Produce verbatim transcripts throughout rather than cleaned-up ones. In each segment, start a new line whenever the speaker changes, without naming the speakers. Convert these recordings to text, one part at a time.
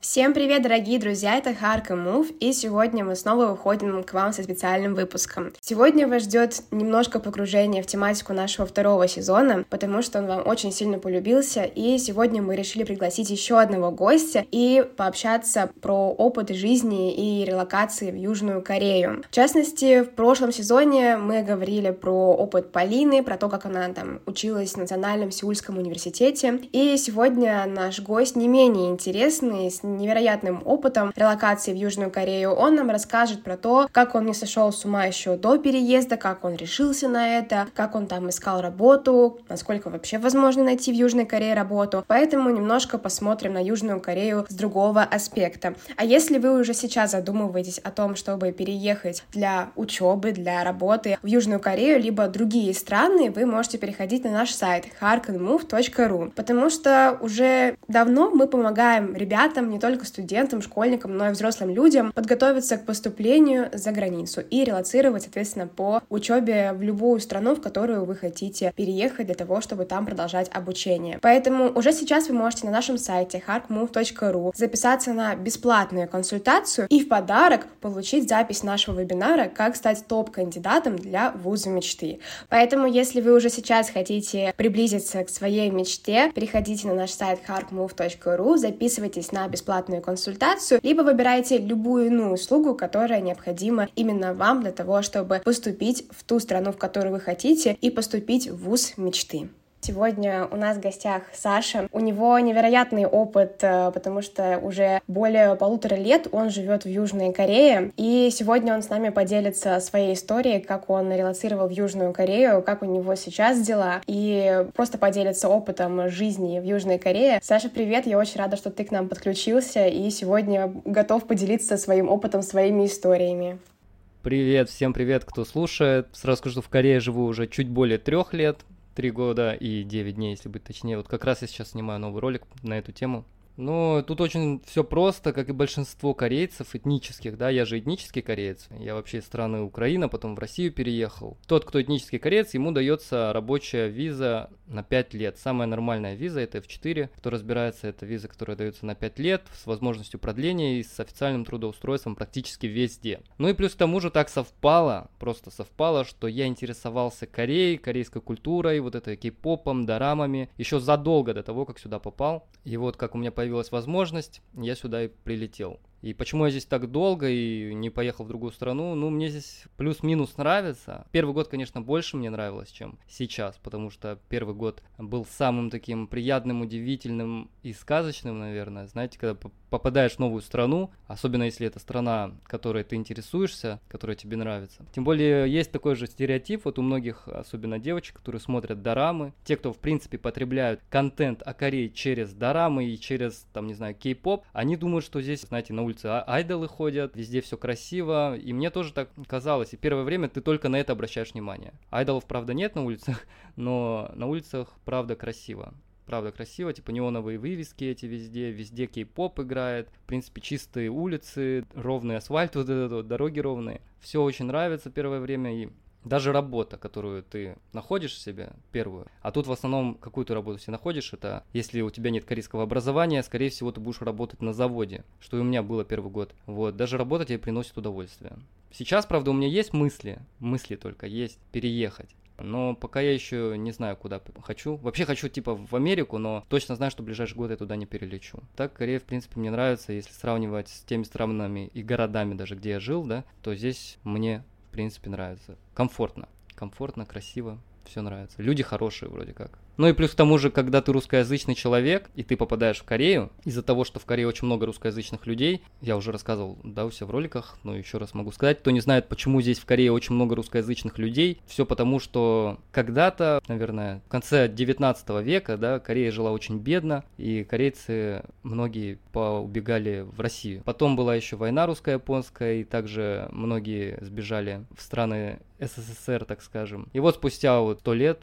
Всем привет, дорогие друзья, это Харка Мув, и сегодня мы снова выходим к вам со специальным выпуском. Сегодня вас ждет немножко погружения в тематику нашего второго сезона, потому что он вам очень сильно полюбился, и сегодня мы решили пригласить еще одного гостя и пообщаться про опыт жизни и релокации в Южную Корею. В частности, в прошлом сезоне мы говорили про опыт Полины, про то, как она там училась в Национальном Сеульском университете, и сегодня наш гость не менее интересный, с невероятным опытом релокации в Южную Корею. Он нам расскажет про то, как он не сошел с ума еще до переезда, как он решился на это, как он там искал работу, насколько вообще возможно найти в Южной Корее работу. Поэтому немножко посмотрим на Южную Корею с другого аспекта. А если вы уже сейчас задумываетесь о том, чтобы переехать для учебы, для работы в Южную Корею, либо другие страны, вы можете переходить на наш сайт харканмув точка ру, потому что уже давно мы помогаем ребятам, не только студентам, школьникам, но и взрослым людям подготовиться к поступлению за границу и релоцировать, соответственно, по учебе в любую страну, в которую вы хотите переехать для того, чтобы там продолжать обучение. Поэтому уже сейчас вы можете на нашем сайте харкмув точка ру записаться на бесплатную консультацию и в подарок получить запись нашего вебинара «Как стать топ-кандидатом для вуза мечты». Поэтому, если вы уже сейчас хотите приблизиться к своей мечте, переходите на наш сайт харкмув точка ру, записывайтесь на бесплатную платную консультацию, либо выбирайте любую иную услугу, которая необходима именно вам для того, чтобы поступить в ту страну, в которую вы хотите, и поступить в вуз мечты. Сегодня у нас в гостях Саша. У него невероятный опыт, потому что уже более полутора лет он живет в Южной Корее. И сегодня он с нами поделится своей историей, как он релоцировал в Южную Корею, как у него сейчас дела, и просто поделится опытом жизни в Южной Корее. Саша, привет! Я очень рада, что ты к нам подключился и сегодня готов поделиться своим опытом, своими историями.
Привет, всем привет, кто слушает. Сразу скажу, что в Корее живу уже чуть более трех лет. Три года и девять дней, если быть точнее. Вот как раз я сейчас снимаю новый ролик на эту тему. Ну, тут очень все просто, как и большинство корейцев этнических, да, я же этнический кореец, я вообще из страны Украина, потом в Россию переехал. Тот, кто этнический кореец, ему дается рабочая виза на пять лет. Самая нормальная виза — это эф четыре, кто разбирается, это виза, которая дается на пять лет, с возможностью продления и с официальным трудоустройством практически везде. Ну и плюс к тому же так совпало, просто совпало, что я интересовался Кореей, корейской культурой, вот этой кей-попом, дорамами, еще задолго до того, как сюда попал. И вот как у меня появилась возможность, я сюда и прилетел. И почему я здесь так долго и не поехал в другую страну? Ну, мне здесь плюс-минус нравится. Первый год, конечно, больше мне нравилось, чем сейчас, потому что первый год был самым таким приятным, удивительным и сказочным, наверное. Знаете, когда попадаешь в новую страну, особенно если это страна, которой ты интересуешься, которая тебе нравится. Тем более есть такой же стереотип вот у многих, особенно девочек, которые смотрят дорамы. Те, кто, в принципе, потребляют контент о Корее через дорамы и через, там, не знаю, кей-поп, они думают, что здесь, знаете, на улице айдолы ходят, везде все красиво, и мне тоже так казалось. И первое время ты только на это обращаешь внимание. Айдолов, правда, нет на улицах, но на улицах, правда, красиво. Правда красиво, типа неоновые вывески эти везде, везде кей-поп играет, в принципе чистые улицы, ровный асфальт, вот этот вот, дороги ровные. Все очень нравится первое время, и даже работа, которую ты находишь себе, первую, а тут в основном какую-то работу себе находишь, это если у тебя нет корейского образования, скорее всего ты будешь работать на заводе, что и у меня было первый год. Вот, даже работа тебе приносит удовольствие. Сейчас, правда, у меня есть мысли, мысли только есть, переехать. Но пока я еще не знаю, куда хочу. Вообще хочу типа в Америку, но точно знаю, что в ближайший год я туда не перелечу. Так, Корея, в принципе, мне нравится. Если сравнивать с теми странами и городами даже, где я жил, да, то здесь мне, в принципе, нравится. Комфортно. Комфортно, красиво. Все нравится. Люди хорошие вроде как. Ну и плюс к тому же, когда ты русскоязычный человек, и ты попадаешь в Корею, из-за того, что в Корее очень много русскоязычных людей, я уже рассказывал, да, у себя в роликах, но еще раз могу сказать, кто не знает, почему здесь в Корее очень много русскоязычных людей, все потому, что когда-то, наверное, в конце девятнадцатого века, да, Корея жила очень бедно, и корейцы многие поубегали в Россию. Потом была еще война русско-японская, и также многие сбежали в страны эс эс эс эр, так скажем. И вот спустя вот сто лет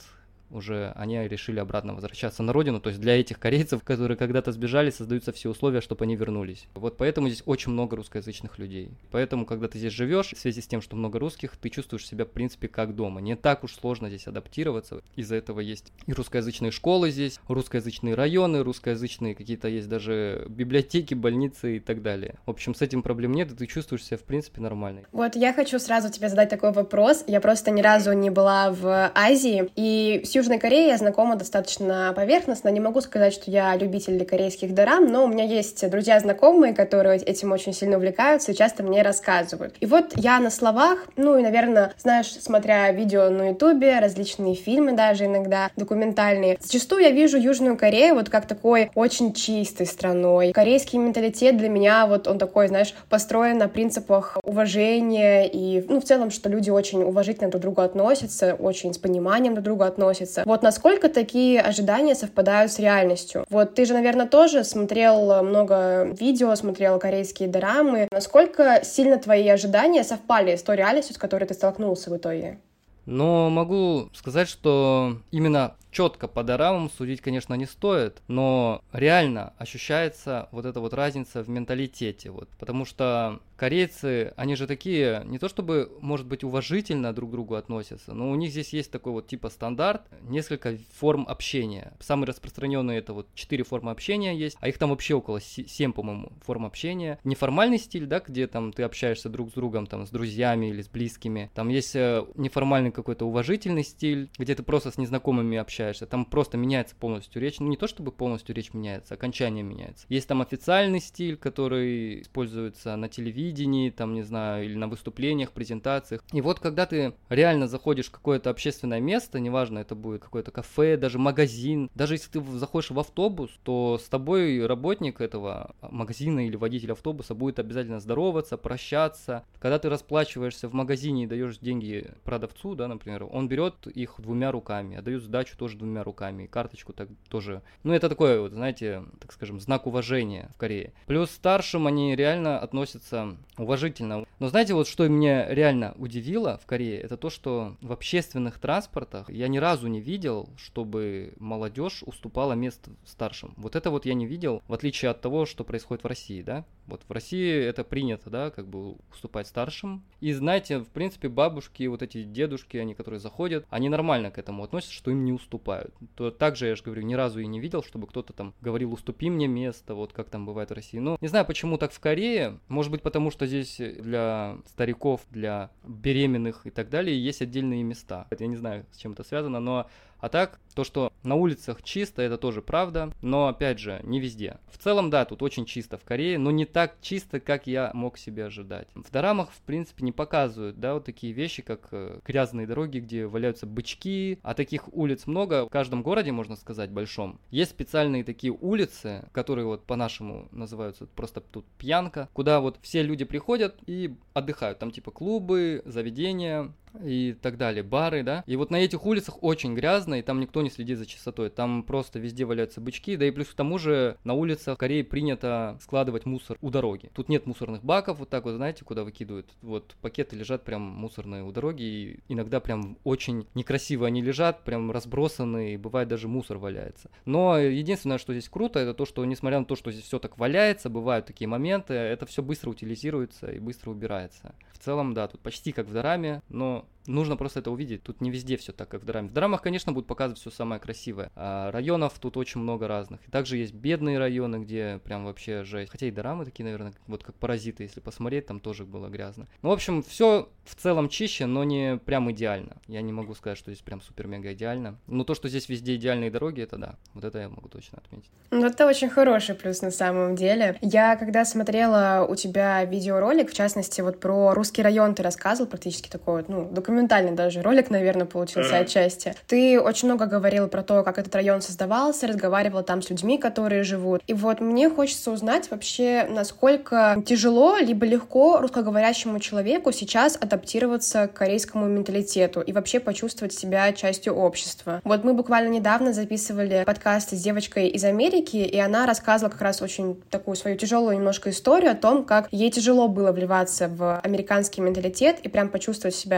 уже они решили обратно возвращаться на родину. То есть для этих корейцев, которые когда-то сбежали, создаются все условия, чтобы они вернулись. Вот поэтому здесь очень много русскоязычных людей. Поэтому, когда ты здесь живешь, в связи с тем, что много русских, ты чувствуешь себя, в принципе, как дома. Не так уж сложно здесь адаптироваться. Из-за этого есть и русскоязычные школы здесь, русскоязычные районы, русскоязычные какие-то есть даже библиотеки, больницы и так далее. В общем, с этим проблем нет, и ты чувствуешь себя, в принципе, нормально.
Вот я хочу сразу тебе задать такой вопрос. Я просто ни разу не была в Азии, и с Южной Кореей я знакома достаточно поверхностно. Не могу сказать, что я любитель корейских дорам, но у меня есть друзья-знакомые, которые этим очень сильно увлекаются и часто мне рассказывают. И вот я на словах, ну и, наверное, знаешь, смотря видео на Ютубе, различные фильмы даже иногда, документальные, зачастую я вижу Южную Корею вот как такой очень чистой страной. Корейский менталитет для меня, вот он такой, знаешь, построен на принципах уважения и, ну, в целом, что люди очень уважительно друг к другу относятся, очень с пониманием друг к другу относятся. Вот насколько такие ожидания совпадают с реальностью? Вот ты же, наверное, тоже смотрел много видео, смотрел корейские дорамы. Насколько сильно твои ожидания совпали с той реальностью, с которой ты столкнулся в итоге?
Но могу сказать, что именно четко по дорамам судить, конечно, не стоит, но реально ощущается вот эта вот разница в менталитете, вот, потому что корейцы, они же такие, не то чтобы, может быть, уважительно друг к другу относятся, но у них здесь есть такой вот типа стандарт, несколько форм общения. Самые распространенные это вот четыре формы общения есть, а их там вообще около семь, по-моему, форм общения. Неформальный стиль, да, где там ты общаешься друг с другом, там, с друзьями или с близкими. Там есть неформальный какой-то уважительный стиль, где ты просто с незнакомыми общаешься. Там просто меняется полностью речь. Ну, не то чтобы полностью речь меняется, окончание меняется. Есть там официальный стиль, который используется на телевидении, там, не знаю, или на выступлениях, презентациях. И вот когда ты реально заходишь в какое-то общественное место, неважно, это будет какое-то кафе, даже магазин, даже если ты заходишь в автобус, то с тобой работник этого магазина или водитель автобуса будет обязательно здороваться, прощаться. Когда ты расплачиваешься в магазине и даешь деньги продавцу, да, например, он берет их двумя руками, отдает сдачу тоже двумя руками, и карточку так тоже. Ну, это такое вот, знаете, так скажем, знак уважения в Корее. Плюс старшим они реально относятся уважительно. Но знаете, вот что меня реально удивило в Корее, это то, что в общественных транспортах я ни разу не видел, чтобы молодежь уступала место старшим. Вот это вот я не видел, в отличие от того, что происходит в России, да? Вот в России это принято, да, как бы уступать старшим. И знаете, в принципе, бабушки, вот эти дедушки, они, которые заходят, они нормально к этому относятся, что им не уступают. То также, я же говорю, ни разу и не видел, чтобы кто-то там говорил, уступи мне место, вот как там бывает в России. Ну, не знаю, почему так в Корее. Может быть, потому что здесь для стариков, для беременных и так далее есть отдельные места. Я не знаю, с чем это связано, но... А так, то, что на улицах чисто, это тоже правда, но, опять же, не везде. В целом, да, тут очень чисто в Корее, но не так чисто, как я мог себе ожидать. В дорамах, в принципе, не показывают, да, вот такие вещи, как э, грязные дороги, где валяются бычки, а таких улиц много. В каждом городе, можно сказать, большом, есть специальные такие улицы, которые вот по-нашему называются просто тут пьянка, куда вот все люди приходят и отдыхают. Там типа клубы, заведения и так далее, бары, да. И вот на этих улицах очень грязно, и там никто не следит за чистотой. Там просто везде валяются бычки, да и плюс к тому же на улицах в Корее принято складывать мусор у дороги. Тут нет мусорных баков, вот так вот, знаете, куда выкидывают. Вот пакеты лежат прям мусорные у дороги, и иногда прям очень некрасиво они лежат, прям разбросанные, и бывает даже мусор валяется. Но единственное, что здесь круто, это то, что несмотря на то, что здесь все так валяется, бывают такие моменты, это все быстро утилизируется и быстро убирается. В целом, да, тут почти как в дораме, но нужно просто это увидеть. Тут не везде все так, как в дораме. В дорамах, конечно, будут показывать все самое красивое. А районов тут очень много разных. И также есть бедные районы, где прям вообще жесть. Хотя и дорамы такие, наверное, вот как «Паразиты», если посмотреть, там тоже было грязно. Ну, в общем, все в целом чище, но не прям идеально. Я не могу сказать, что здесь прям супер-мега идеально. Но то, что здесь везде идеальные дороги, это да. Вот это я могу точно отметить.
Ну, это очень хороший плюс на самом деле. Я, когда смотрела у тебя видеоролик, в частности, вот про русский район ты рассказывал, практически такой вот, ну, документальный даже ролик, наверное, получился отчасти. Ты очень много говорил про то, как этот район создавался, разговаривала там с людьми, которые живут. И вот мне хочется узнать вообще, насколько тяжело либо легко русскоговорящему человеку сейчас адаптироваться к корейскому менталитету и вообще почувствовать себя частью общества. Вот мы буквально недавно записывали подкаст с девочкой из Америки, и она рассказывала как раз очень такую свою тяжелую немножко историю о том, как ей тяжело было вливаться в американский менталитет и прям почувствовать себя частью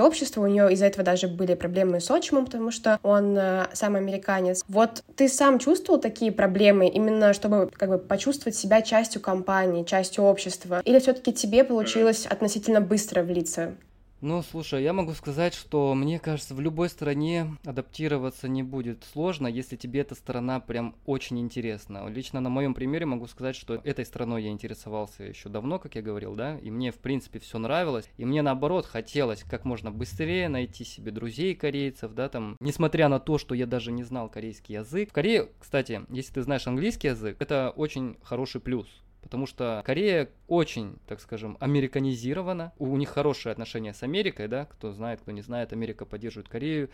общество, у нее из-за этого даже были проблемы с отчимом, потому что он э, сам американец. Вот ты сам чувствовал такие проблемы, именно чтобы как бы почувствовать себя частью компании, частью общества? Или все-таки тебе получилось относительно быстро влиться?
Ну, слушай, я могу сказать, что мне кажется, в любой стране адаптироваться не будет сложно, если тебе эта страна прям очень интересна. Лично на моем примере могу сказать, что этой страной я интересовался еще давно, как я говорил, да, и мне, в принципе, все нравилось, и мне, наоборот, хотелось как можно быстрее найти себе друзей корейцев, да, там, несмотря на то, что я даже не знал корейский язык. В Корее, кстати, если ты знаешь английский язык, это очень хороший плюс. Потому что Корея очень, так скажем, американизирована. У них хорошие отношения с Америкой, да, кто знает, кто не знает, Америка поддерживает Корею.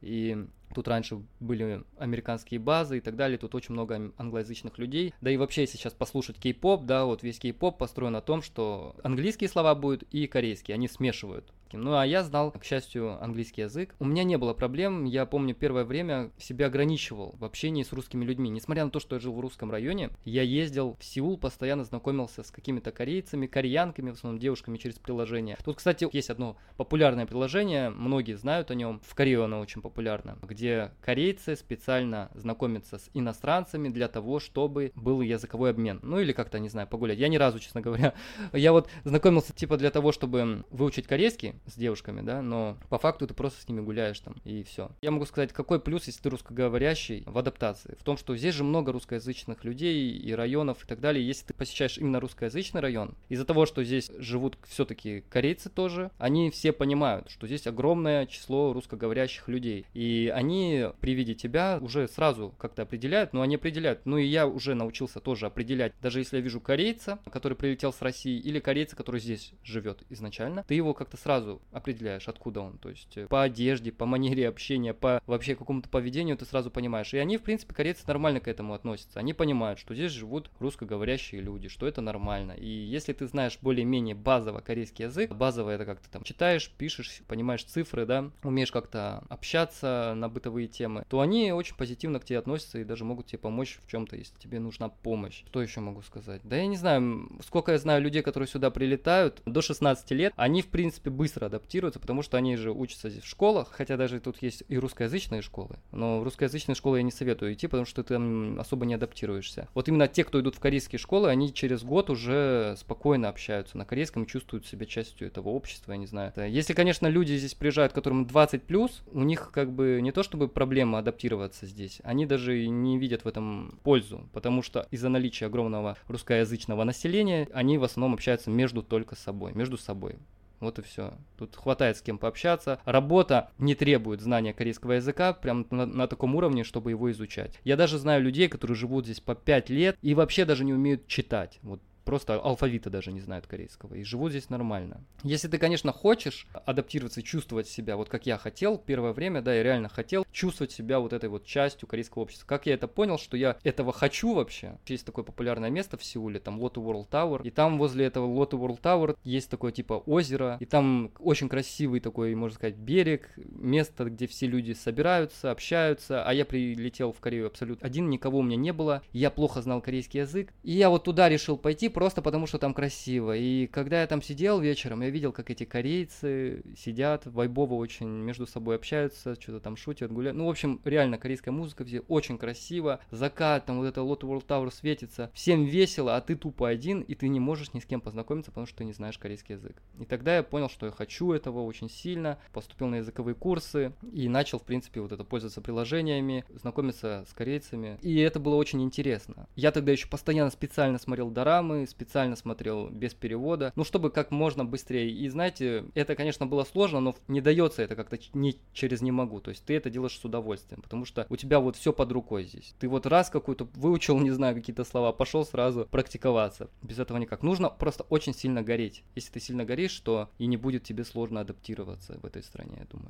И тут раньше были американские базы и так далее, тут очень много англоязычных людей. Да и вообще, если сейчас послушать кей-поп, да, вот весь кей-поп построен на том, что английские слова будут и корейские, они смешивают. Ну, а я знал, к счастью, английский язык. У меня не было проблем, я помню, первое время себя ограничивал в общении с русскими людьми. Несмотря на то, что я жил в русском районе, я ездил в Сеул, постоянно знакомился с какими-то корейцами, кореянками, в основном девушками через приложение. Тут, кстати, есть одно популярное приложение, многие знают о нем, в Корее оно очень популярно, где корейцы специально знакомятся с иностранцами для того, чтобы был языковой обмен. Ну, или как-то, не знаю, погулять. Я ни разу, честно говоря, я вот знакомился типа для того, чтобы выучить корейский, с девушками, да, но по факту ты просто с ними гуляешь там, и все. Я могу сказать, какой плюс, если ты русскоговорящий, в адаптации? В том, что здесь же много русскоязычных людей и районов и так далее. Если ты посещаешь именно русскоязычный район, из-за того, что здесь живут все-таки корейцы тоже, они все понимают, что здесь огромное число русскоговорящих людей, и они при виде тебя уже сразу как-то определяют, но они определяют, ну и я уже научился тоже определять, даже если я вижу корейца, который прилетел с России, или корейца, который здесь живет изначально, ты его как-то сразу определяешь, откуда он, то есть по одежде, по манере общения, по вообще какому-то поведению ты сразу понимаешь. И они, в принципе, корейцы нормально к этому относятся. Они понимают, что здесь живут русскоговорящие люди, что это нормально. И если ты знаешь более-менее базово корейский язык, базово это как ты там читаешь, пишешь, понимаешь цифры, да, умеешь как-то общаться на бытовые темы, то они очень позитивно к тебе относятся и даже могут тебе помочь в чем-то, если тебе нужна помощь. Что еще могу сказать? Да я не знаю, сколько я знаю людей, которые сюда прилетают, до шестнадцати лет, они, в принципе, быстро адаптируются, потому что они же учатся здесь в школах, хотя даже тут есть и русскоязычные школы, но в русскоязычные школы я не советую идти, потому что ты там особо не адаптируешься. Вот именно те, кто идут в корейские школы, они через год уже спокойно общаются на корейском и чувствуют себя частью этого общества, я не знаю. Если, конечно, люди здесь приезжают, которым двадцать плюс, у них как бы не то чтобы проблема адаптироваться здесь, они даже не видят в этом пользу, потому что из-за наличия огромного русскоязычного населения, они в основном общаются между только собой, между собой. Вот и все. Тут хватает с кем пообщаться. Работа не требует знания корейского языка прям на, на таком уровне, чтобы его изучать. Я даже знаю людей, которые живут здесь по пять лет и вообще даже не умеют читать. Вот просто алфавита даже не знают корейского и живут здесь нормально. Если ты, конечно, хочешь адаптироваться и чувствовать себя, вот как я хотел первое время, да, я реально хотел чувствовать себя вот этой вот частью корейского общества. Как я это понял, что я этого хочу вообще? Есть такое популярное место в Сеуле, там Lotte World Tower, и там возле этого Lotte World Tower есть такое типа озеро, и там очень красивый такой, можно сказать, берег, место, где все люди собираются, общаются, а я прилетел в Корею абсолютно один, никого у меня не было, я плохо знал корейский язык, и я вот туда решил пойти, просто потому, что там красиво. И когда я там сидел вечером, я видел, как эти корейцы сидят, вайбово очень между собой общаются, что-то там шутят, гуляют. Ну, в общем, реально, корейская музыка везде очень красиво. Закат, там вот это Lotte World Tower светится. Всем весело, а ты тупо один, и ты не можешь ни с кем познакомиться, потому что ты не знаешь корейский язык. И тогда я понял, что я хочу этого очень сильно. Поступил на языковые курсы и начал, в принципе, вот это пользоваться приложениями, знакомиться с корейцами. И это было очень интересно. Я тогда еще постоянно специально смотрел дорамы, специально смотрел без перевода, ну, чтобы как можно быстрее. И, знаете, это, конечно, было сложно, но не дается это как-то не через «не могу». То есть ты это делаешь с удовольствием, потому что у тебя вот все под рукой здесь. Ты вот раз какую-то выучил, не знаю, какие-то слова, пошел сразу практиковаться. Без этого никак. Нужно просто очень сильно гореть. Если ты сильно горишь, то и не будет тебе сложно адаптироваться в этой стране, я думаю.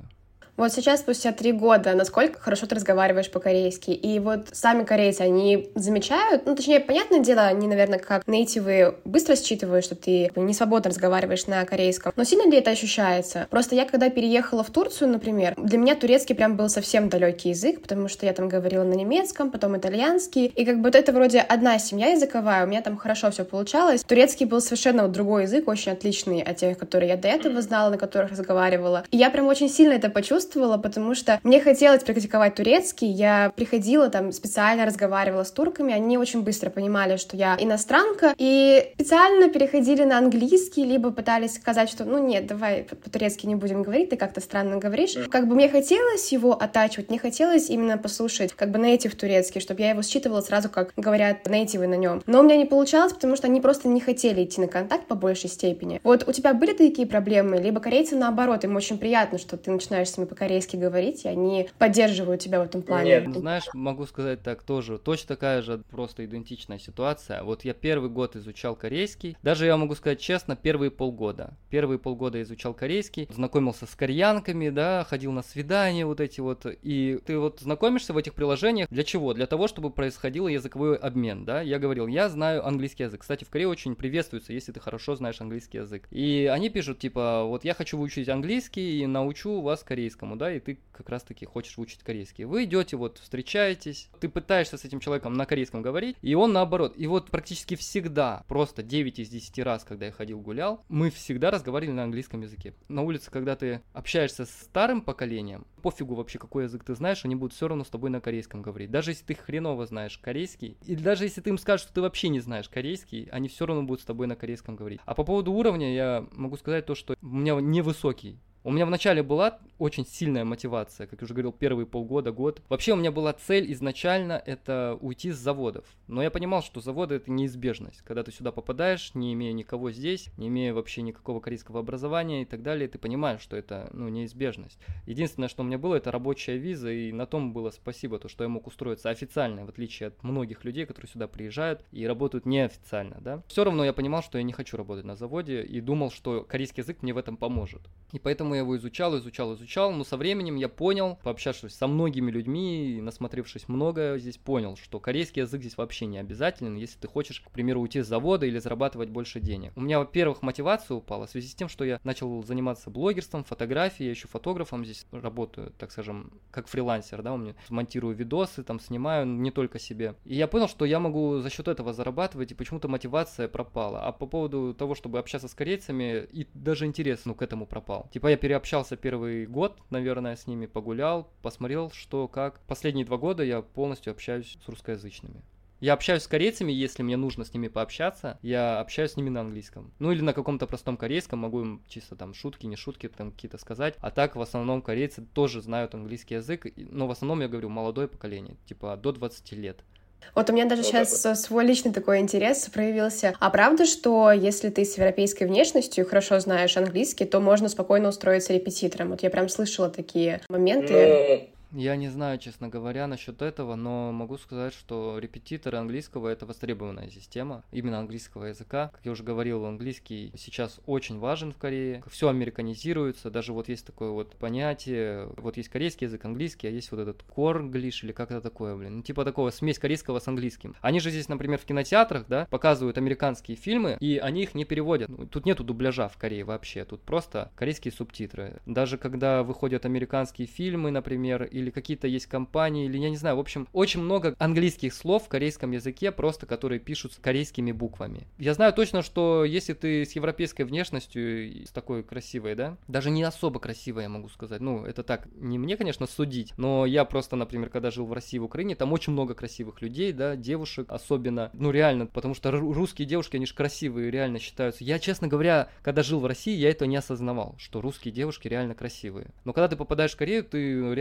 Вот сейчас, спустя три года, насколько хорошо ты разговариваешь по-корейски? И вот сами корейцы, они замечают, ну, точнее, понятное дело, они, наверное, как нейтивы быстро считывают, что ты не свободно разговариваешь на корейском. Но сильно ли это ощущается? Просто я, когда переехала в Турцию, например, для меня турецкий прям был совсем далекий язык, потому что я там говорила на немецком, потом итальянский, и как бы вот это вроде одна семья языковая, у меня там хорошо все получалось. Турецкий был совершенно вот другой язык, очень отличный от тех, которые я до этого знала, на которых разговаривала. И я прям очень сильно это почувствовала, потому что мне хотелось практиковать турецкий, я приходила там, специально разговаривала с турками, они очень быстро понимали, что я иностранка, и специально переходили на английский, либо пытались сказать, что ну нет, давай по-турецки не будем говорить, ты как-то странно говоришь. Как бы мне хотелось его оттачивать, мне хотелось именно послушать как бы нейтив турецкий, чтобы я его считывала сразу, как говорят нейтивы на нем. Но у меня не получалось, потому что они просто не хотели идти на контакт по большей степени. Вот у тебя были такие проблемы? Либо корейцы наоборот, им очень приятно, что ты начинаешь с ними по-корейски говорить, и они поддерживают тебя в этом плане.
Нет, ну, знаешь, могу сказать так тоже. Точно такая же просто идентичная ситуация. Вот я первый год изучал корейский. Даже я могу сказать честно, первые полгода. Первые полгода изучал корейский, знакомился с кореянками, да, ходил на свидания вот эти вот. И ты вот знакомишься в этих приложениях. Для чего? Для того, чтобы происходил языковой обмен, да. Я говорил, я знаю английский язык. Кстати, в Корее очень приветствуется, если ты хорошо знаешь английский язык. И они пишут, типа, вот я хочу выучить английский и научу вас корейскому, да, и ты как раз-таки хочешь выучить корейский. Вы идете, вот, встречаетесь, ты пытаешься с этим человеком на корейском говорить, и он наоборот. И вот практически всегда, просто девять из десяти раз, когда я ходил гулял, мы всегда разговаривали на английском языке. На улице, когда ты общаешься с старым поколением, пофигу вообще, какой язык ты знаешь, они будут все равно с тобой на корейском говорить. Даже если ты хреново знаешь корейский, и даже если ты им скажешь, что ты вообще не знаешь корейский, они все равно будут с тобой на корейском говорить. А по поводу уровня я могу сказать то, что у меня невысокий. У меня вначале была очень сильная мотивация, как я уже говорил, первые полгода, год. Вообще у меня была цель изначально это уйти с заводов. Но я понимал, что заводы это неизбежность. Когда ты сюда попадаешь, не имея никого здесь, не имея вообще никакого корейского образования и так далее, ты понимаешь, что это ну, неизбежность. Единственное, что у меня было, это рабочая виза, и на том было спасибо, то, что я мог устроиться официально, в отличие от многих людей, которые сюда приезжают и работают неофициально. Да? Все равно я понимал, что я не хочу работать на заводе и думал, что корейский язык мне в этом поможет. И поэтому я его изучал, изучал, изучал, но со временем я понял, пообщавшись со многими людьми, насмотревшись много, здесь понял, что корейский язык здесь вообще не обязателен, если ты хочешь, к примеру, уйти с завода или зарабатывать больше денег. У меня, во-первых, мотивация упала в связи с тем, что я начал заниматься блогерством, фотографией, я еще фотографом здесь работаю, так скажем, как фрилансер, да, у меня монтирую видосы, там снимаю не только себе. И я понял, что я могу за счет этого зарабатывать, и почему-то мотивация пропала. А по поводу того, чтобы общаться с корейцами, и даже интерес, ну, к этому пропал. Типа я переобщался первый год, наверное, с ними, погулял, посмотрел, что как. Последние два года я полностью общаюсь с русскоязычными. Я общаюсь с корейцами, если мне нужно с ними пообщаться, я общаюсь с ними на английском. Ну или на каком-то простом корейском, могу им чисто там шутки, не шутки там какие-то сказать. А так в основном корейцы тоже знают английский язык, но в основном я говорю молодое поколение, типа до двадцати лет.
Вот у меня даже вот сейчас это. свой личный такой интерес проявился. А правда, что если ты с европейской внешностью хорошо знаешь английский, то можно спокойно устроиться репетитором? Вот я прям слышала такие моменты.
Но... Я не знаю, честно говоря, насчет этого, но могу сказать, что репетиторы английского — это востребованная система, именно английского языка. Как я уже говорил, английский сейчас очень важен в Корее, все американизируется, даже вот есть такое вот понятие, вот есть корейский язык, английский, а есть вот этот корглиш или как это такое, блин, ну типа такого смесь корейского с английским. Они же здесь, например, в кинотеатрах, да, показывают американские фильмы, и они их не переводят. Тут нету дубляжа в Корее вообще, тут просто корейские субтитры. Даже когда выходят американские фильмы, например, или какие-то есть компании, или я не знаю, в общем, очень много английских слов в корейском языке, просто которые пишут корейскими буквами. Я знаю точно, что если ты с европейской внешностью, с такой красивой, да, даже не особо красивой, я могу сказать, ну, это так, не мне, конечно, судить, но я просто, например, когда жил в России, в Украине, там очень много красивых людей, да, девушек особенно, ну, реально, потому что русские девушки, они же красивые, реально считаются. Я, честно говоря, когда жил в России, я это не осознавал, что русские девушки реально красивые. Но когда ты попадаешь в Корею, ты реально вспоминаешь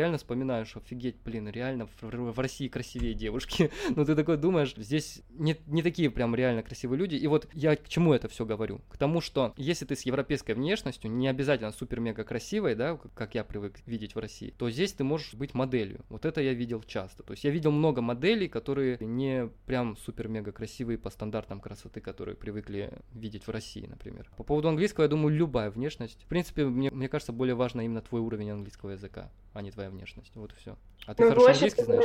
вспоминаешь, офигеть, блин, реально в, в России красивее девушки. Но ты такой думаешь, здесь не, не такие прям реально красивые люди. И вот я к чему это все говорю? К тому, что если ты с европейской внешностью, не обязательно супер-мега красивой, да, как я привык видеть в России, то здесь ты можешь быть моделью. Вот это я видел часто. То есть я видел много моделей, которые не прям супер-мега красивые по стандартам красоты, которые привыкли видеть в России, например. По поводу английского, я думаю, любая внешность. В принципе, мне, мне кажется, более важно именно твой уровень английского языка, а не твоя внешность. Вот и все. А ты ну, хорошо английский знаешь?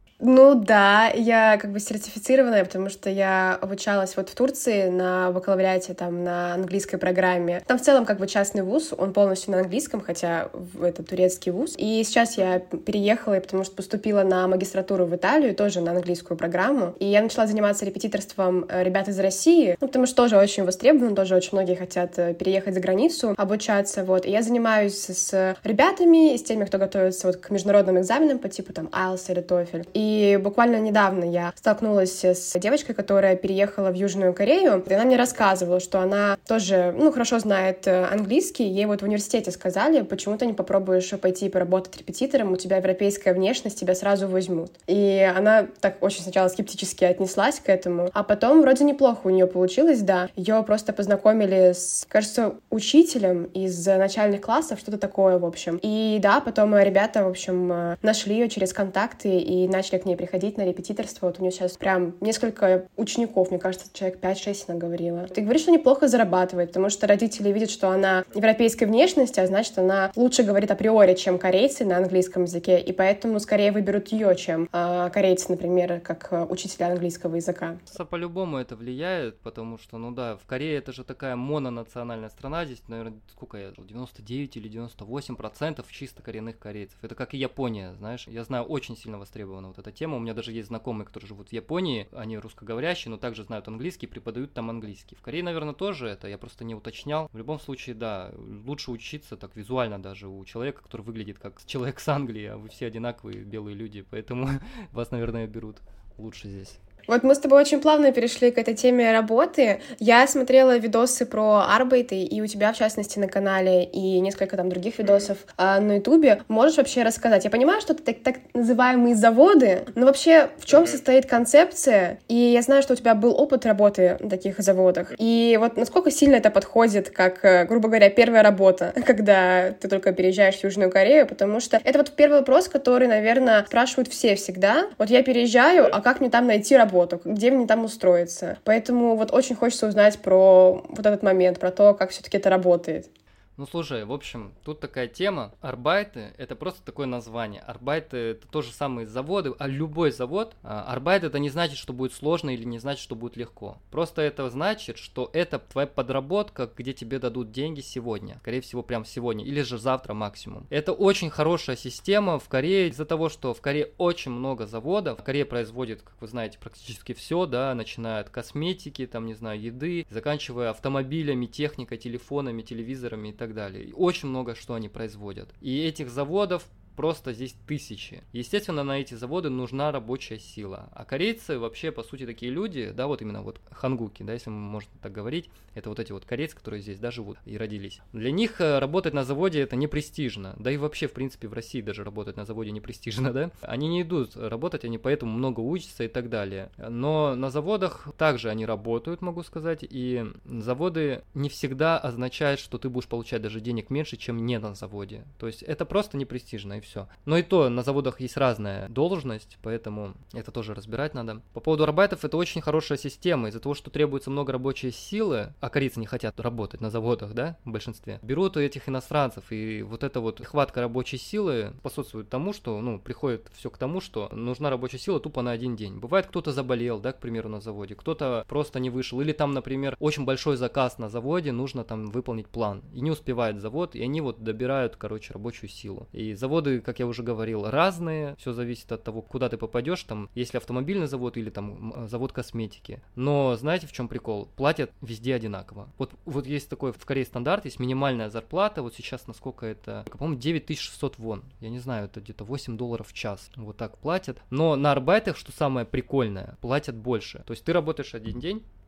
Ну да, я как бы сертифицированная, потому что я обучалась вот в Турции на бакалавриате, там, на английской программе. Там в целом как бы частный вуз, он полностью на английском, хотя это турецкий вуз. И сейчас я переехала, потому что поступила на магистратуру в Италию, тоже на английскую программу. И я начала заниматься репетиторством ребят из России, ну, потому что тоже очень востребовано, тоже очень многие хотят переехать за границу, обучаться, вот. И я занимаюсь с ребятами, с теми, кто готовится вот к международным экзаменам по типу там ай эл ти эс или тофель. И И буквально недавно я столкнулась с девочкой, которая переехала в Южную Корею, и она мне рассказывала, что она тоже, ну, хорошо знает английский, ей вот в университете сказали, почему ты не попробуешь пойти поработать репетитором, у тебя европейская внешность, тебя сразу возьмут. И она так очень сначала скептически отнеслась к этому, а потом вроде неплохо у нее получилось, да. Ее просто познакомили с, кажется, учителем из начальных классов, что-то такое, в общем. И да, потом ребята, в общем, нашли ее через контакты и начали к ней приходить на репетиторство. Вот у нее сейчас прям несколько учеников, мне кажется, человек пять-шесть она говорила. Ты говоришь, что неплохо зарабатывает, потому что родители видят, что она европейской внешности, а значит, она лучше говорит априори, чем корейцы на английском языке, и поэтому скорее выберут ее, чем э, корейцы, например, как учителя английского языка.
По-любому это влияет, потому что, ну да, в Корее это же такая мононациональная страна, здесь, наверное, сколько я, девяносто девять или девяносто восемь процентов чисто коренных корейцев. Это как и Япония, знаешь, я знаю, очень сильно востребована вот эта тема. У меня даже есть знакомые, которые живут в Японии, они русскоговорящие, но также знают английский, преподают там английский. В Корее, наверное, тоже это, я просто не уточнял. В любом случае, да, лучше учиться так визуально даже у человека, который выглядит как человек с Англии, а вы все одинаковые белые люди, поэтому вас, наверное, берут лучше здесь.
Вот мы с тобой очень плавно перешли к этой теме работы. Я смотрела видосы про арбайты, и у тебя, в частности, на канале, и несколько там других видосов а, на ютубе. Можешь вообще рассказать? Я понимаю, что это так, так называемые заводы, но вообще в чем состоит концепция? И я знаю, что у тебя был опыт работы на таких заводах. И вот насколько сильно это подходит, как, грубо говоря, первая работа, когда ты только переезжаешь в Южную Корею, потому что это вот первый вопрос, который, наверное, спрашивают все всегда. Вот я переезжаю, а как мне там найти работу? Где мне там устроиться. Поэтому вот очень хочется узнать про вот этот момент, про то, как все-таки это работает.
Ну, слушай, в общем, тут такая тема. Арбайты — это просто такое название. Арбайты — это то же самое заводы, а любой завод. Арбайт — это не значит, что будет сложно или не значит, что будет легко. Просто это значит, что это твоя подработка, где тебе дадут деньги сегодня. Скорее всего, прям сегодня или же завтра максимум. Это очень хорошая система в Корее из-за того, что в Корее очень много заводов. Корея производит, как вы знаете, практически все, да, начиная от косметики, там, не знаю, еды, заканчивая автомобилями, техникой, телефонами, телевизорами и так далее. Далее. Очень много что они производят. И этих заводов просто здесь тысячи. Естественно, на эти заводы нужна рабочая сила. А корейцы вообще, по сути, такие люди, да, вот именно вот хангуки, да, если можно так говорить, это вот эти вот корейцы, которые здесь, да, живут и родились. Для них работать на заводе это не престижно. Да и вообще, в принципе, в России даже работать на заводе не престижно, да. Они не идут работать, они поэтому много учатся и так далее. Но на заводах также они работают, могу сказать, и заводы не всегда означают, что ты будешь получать даже денег меньше, чем не на заводе. То есть это просто не престижно, и все. Все. Но и то, на заводах есть разная должность, поэтому это тоже разбирать надо. По поводу арбайтов, это очень хорошая система. Из-за того, что требуется много рабочей силы, а корейцы не хотят работать на заводах, да, в большинстве, берут у этих иностранцев, и вот эта вот хватка рабочей силы способствует тому, что, ну, приходит все к тому, что нужна рабочая сила тупо на один день. Бывает, кто-то заболел, да, к примеру, на заводе, кто-то просто не вышел, или там, например, очень большой заказ на заводе, нужно там выполнить план, и не успевает завод, и они вот добирают, короче, рабочую силу. И заводы, как я уже говорил, разные, все зависит от того, куда ты попадешь, там, если автомобильный завод или там завод косметики. Но знаете, в чем прикол? Платят везде одинаково. Вот, вот есть такой в Корее стандарт, есть минимальная зарплата, вот сейчас насколько это, по-моему, девять тысяч шестьсот вон, я не знаю, это где-то восемь долларов в час, вот так платят. Но на арбайтах, что самое прикольное, платят больше. То есть ты работаешь один день,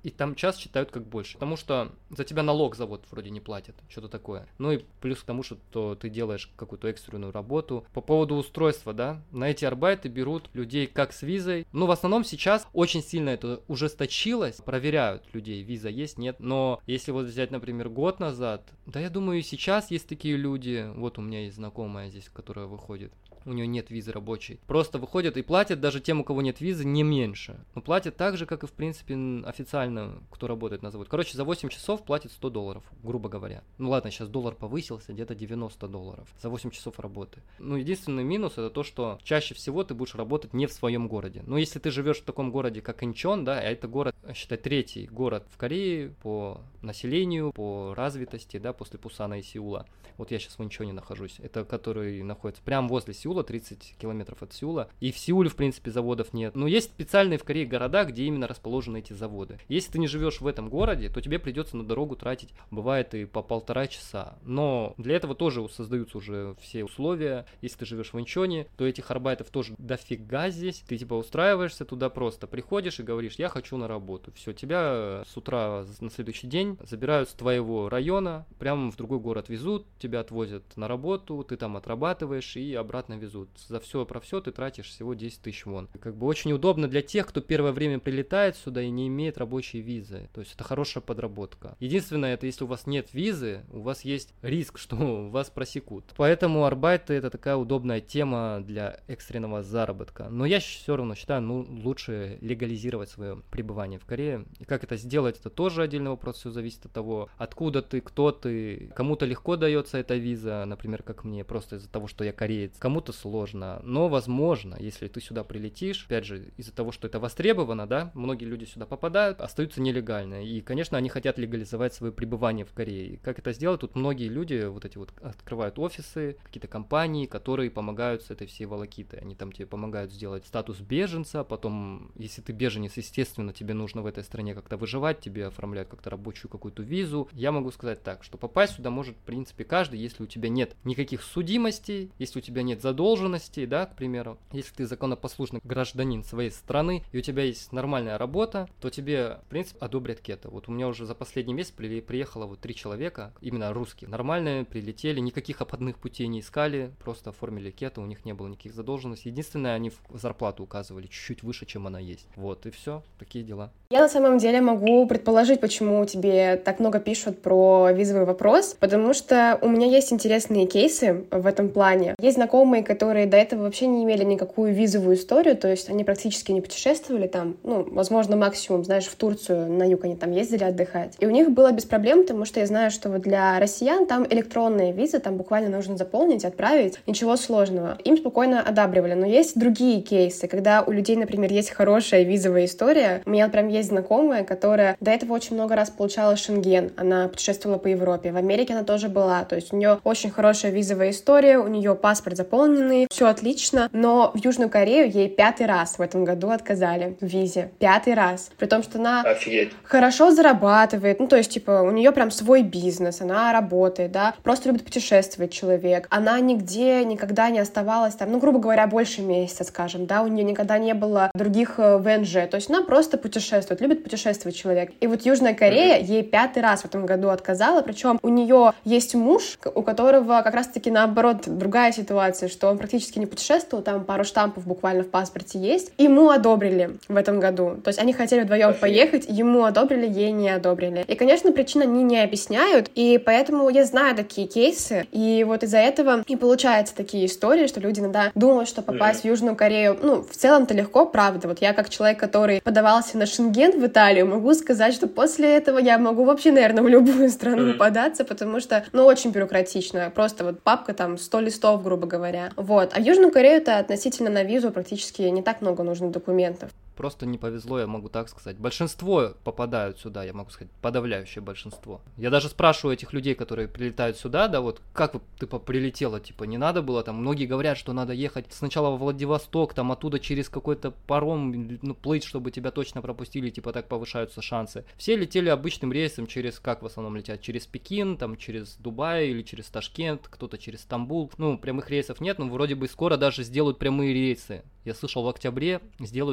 и там час считают как больше, потому что за тебя налог завод вроде не платит, что-то такое. Ну и плюс к тому, что то ты делаешь какую-то экстренную работу. По поводу устройства, да, на эти арбайты берут людей как с визой. Ну, в основном сейчас очень сильно это ужесточилось, проверяют людей, виза есть, нет. Но если вот взять, например, год назад, да, я думаю, и сейчас есть такие люди. Вот у меня есть знакомая здесь, которая выходит. У нее нет визы рабочей. Просто выходят и платят даже тем, у кого нет визы, не меньше. Но платят так же, как и, в принципе, официально, кто работает на заводе. Короче, за восемь часов платят сто долларов, грубо говоря. Ну ладно, сейчас доллар повысился, где-то девяносто долларов за восемь часов работы. Ну, единственный минус это то, что чаще всего ты будешь работать не в своем городе. Но если ты живешь в таком городе, как Инчон, да, а это город, считай, третий город в Корее по населению, по развитости, да, после Пусана и Сеула. Вот я сейчас в Инчоне нахожусь. Это который находится прямо возле Сеула, тридцать километров от Сеула. И в Сеуле, в принципе, заводов нет. Но есть специальные в Корее города, где именно расположены эти заводы. Если ты не живешь в этом городе, то тебе придется на дорогу тратить, бывает, и по полтора часа. Но для этого тоже создаются уже все условия. Если ты живешь в Инчоне, то этих арбайтов тоже дофига здесь. Ты типа устраиваешься туда просто, приходишь и говоришь, я хочу на работу. Все, тебя с утра на следующий день забирают с твоего района, прямо в другой город везут, тебя отвозят на работу, ты там отрабатываешь и обратно везут. За все про все ты тратишь всего десять тысяч вон. Как бы очень удобно для тех, кто первое время прилетает сюда и не имеет рабочей визы. То есть это хорошая подработка. Единственное, это если у вас нет визы, у вас есть риск, что вас просекут. Поэтому арбайты это такая удобная тема для экстренного заработка. Но я все равно считаю, ну, лучше легализировать свое пребывание в Корее. И как это сделать, это тоже отдельный вопрос. Все зависит от того, откуда ты, кто ты. Кому-то легко дается эта виза, например, как мне, просто из-за того, что я кореец. Кому-то сложно, но возможно, если ты сюда прилетишь, опять же, из-за того, что это востребовано, да, многие люди сюда попадают, остаются нелегально, и, конечно, они хотят легализовать свое пребывание в Корее. Как это сделать? Тут многие люди вот эти вот открывают офисы, какие-то компании, которые помогают с этой всей волокитой. Они там тебе помогают сделать статус беженца, потом, если ты беженец, естественно, тебе нужно в этой стране как-то выживать, тебе оформляют как-то рабочую какую-то визу. Я могу сказать так, что попасть сюда может, в принципе, каждый, если у тебя нет никаких судимостей, если у тебя нет задолженностей, да, к примеру, если ты законопослушный гражданин своей страны, и у тебя есть нормальная работа, то тебе, в принципе, одобрят кето. Вот у меня уже за последний месяц при, приехало вот три человека, именно русские, нормальные, прилетели, никаких обходных путей не искали, просто оформили кето, у них не было никаких задолженностей. Единственное, они в зарплату указывали чуть-чуть выше, чем она есть. Вот, и все, такие дела.
Я на самом деле могу предположить, почему тебе так много пишут про визовый вопрос, потому что у меня есть интересные кейсы в этом плане. Есть знакомые, которые до этого вообще не имели никакую визовую историю, то есть они практически не путешествовали там, ну, возможно, максимум, знаешь, в Турцию, на юг они там ездили отдыхать. И у них было без проблем, потому что я знаю, что вот для россиян там электронная виза, там буквально нужно заполнить, отправить, ничего сложного. Им спокойно одабривали. Но есть другие кейсы, когда у людей, например, есть хорошая визовая история. У меня прям есть знакомая, которая до этого очень много раз получала Шенген, она путешествовала по Европе, в Америке она тоже была, то есть у нее очень хорошая визовая история, у нее паспорт заполненный, все отлично, но в Южную Корею ей пятый раз в этом году отказали в визе, пятый раз, при том, что она
Офигеть.
хорошо зарабатывает, ну то есть типа у нее прям свой бизнес, она работает, да, просто любит путешествовать человек, она нигде никогда не оставалась там, ну грубо говоря, больше месяца, скажем, да, у нее никогда не было других ВНЖ, то есть она просто путешествует, любит путешествовать человек. И вот Южная Корея mm-hmm. ей пятый раз в этом году отказала, причем у нее есть муж, у которого как раз-таки наоборот другая ситуация, что он практически не путешествовал, там пару штампов буквально в паспорте есть. Ему одобрили в этом году. То есть они хотели вдвоем поехать, ему одобрили, ей не одобрили. И, конечно, причин они не объясняют, и поэтому я знаю такие кейсы, и вот из-за этого и получаются такие истории, что люди иногда думают, что попасть mm-hmm. в Южную Корею, ну, в целом-то легко, правда. Вот я как человек, который подавался на Шенген в Италию, могу сказать, что после этого я могу вообще, наверное, в любую страну mm-hmm. податься, потому что, ну, очень бюрократично. Просто вот папка там сто листов, грубо говоря. Вот. А в Южную Корею-то относительно на визу практически не так много нужно документов.
Просто не повезло, я могу так сказать. Большинство попадают сюда, я могу сказать, подавляющее большинство. Я даже спрашиваю этих людей, которые прилетают сюда, да, вот, как ты прилетела, типа, не надо было, там, многие говорят, что надо ехать сначала во Владивосток, там, оттуда через какой-то паром, ну, плыть, чтобы тебя точно пропустили, типа, так повышаются шансы. Все летели обычным рейсом через, как в основном летят, через Пекин, там, через Дубай или через Ташкент, кто-то через Стамбул. Ну, прямых рейсов нет, но вроде бы скоро даже сделают прямые рейсы. Я слышал, в октябре сделают с России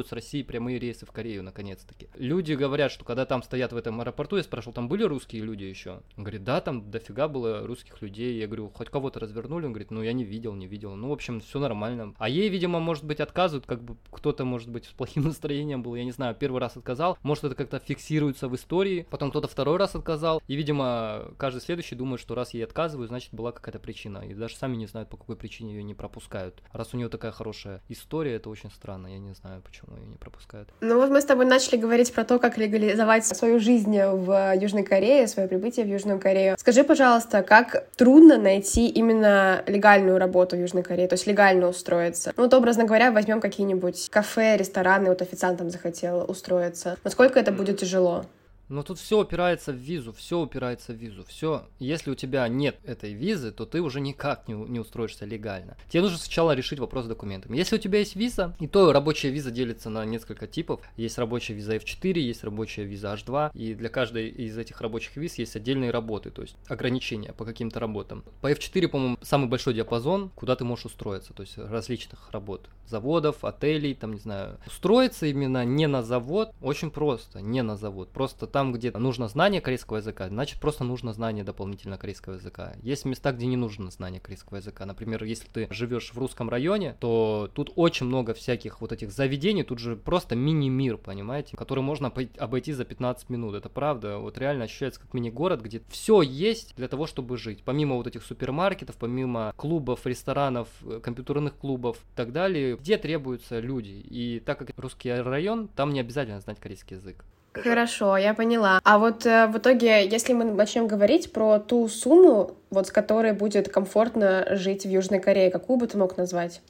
прямые рейсы в Корею, наконец-таки. Люди говорят, что когда там стоят в этом аэропорту, я спрашивал, там были русские люди еще? Он говорит, да, там дофига было русских людей. Я говорю, хоть кого-то развернули? Он говорит, ну я не видел, не видел. Ну, в общем, все нормально. А ей, видимо, может быть, отказывают, как бы кто-то, может быть, с плохим настроением был, я не знаю, первый раз отказал. Может, это как-то фиксируется в истории. Потом кто-то второй раз отказал. И, видимо, каждый следующий думает, что раз ей отказывают, значит, была какая-то причина. И даже сами не знают, по какой причине ее не пропускают. Раз у нее такая хорошая история, это очень странно. Я не знаю, почему ее не пропускают.
Ну вот мы с тобой начали говорить про то, как легализовать свою жизнь в Южной Корее, свое прибытие в Южную Корею. Скажи, пожалуйста, как трудно найти именно легальную работу в Южной Корее, то есть легально устроиться? Ну вот, образно говоря, возьмем какие-нибудь кафе, рестораны, вот официантом захотел устроиться. Насколько это будет тяжело?
Но тут все упирается в визу, все упирается в визу, все. Если у тебя нет этой визы, то ты уже никак не, не устроишься легально. Тебе нужно сначала решить вопрос с документами. Если у тебя есть виза, и то рабочая виза делится на несколько типов. Есть рабочая виза эф четыре, есть рабочая виза эйч два, и для каждой из этих рабочих виз есть отдельные работы, то есть ограничения по каким-то работам. По эф четыре, по-моему, самый большой диапазон, куда ты можешь устроиться, то есть различных работ. Заводов, отелей, там, не знаю. Устроиться именно не на завод очень просто, не на завод. Просто там, где нужно знание корейского языка, значит, просто нужно знание дополнительно корейского языка. Есть места, где не нужно знание корейского языка. Например, если ты живешь в русском районе, то тут очень много всяких вот этих заведений, тут же просто мини-мир, понимаете, который можно обойти за пятнадцать минут. Это правда, вот реально ощущается как мини-город, где все есть для того, чтобы жить. Помимо вот этих супермаркетов, помимо клубов, ресторанов, компьютерных клубов и так далее, где требуются люди. И так как русский район, там не обязательно знать корейский язык.
Хорошо, я поняла. А вот э, в итоге, если мы начнем говорить про ту сумму, вот с которой будет комфортно жить в Южной Корее, какую бы ты мог назвать?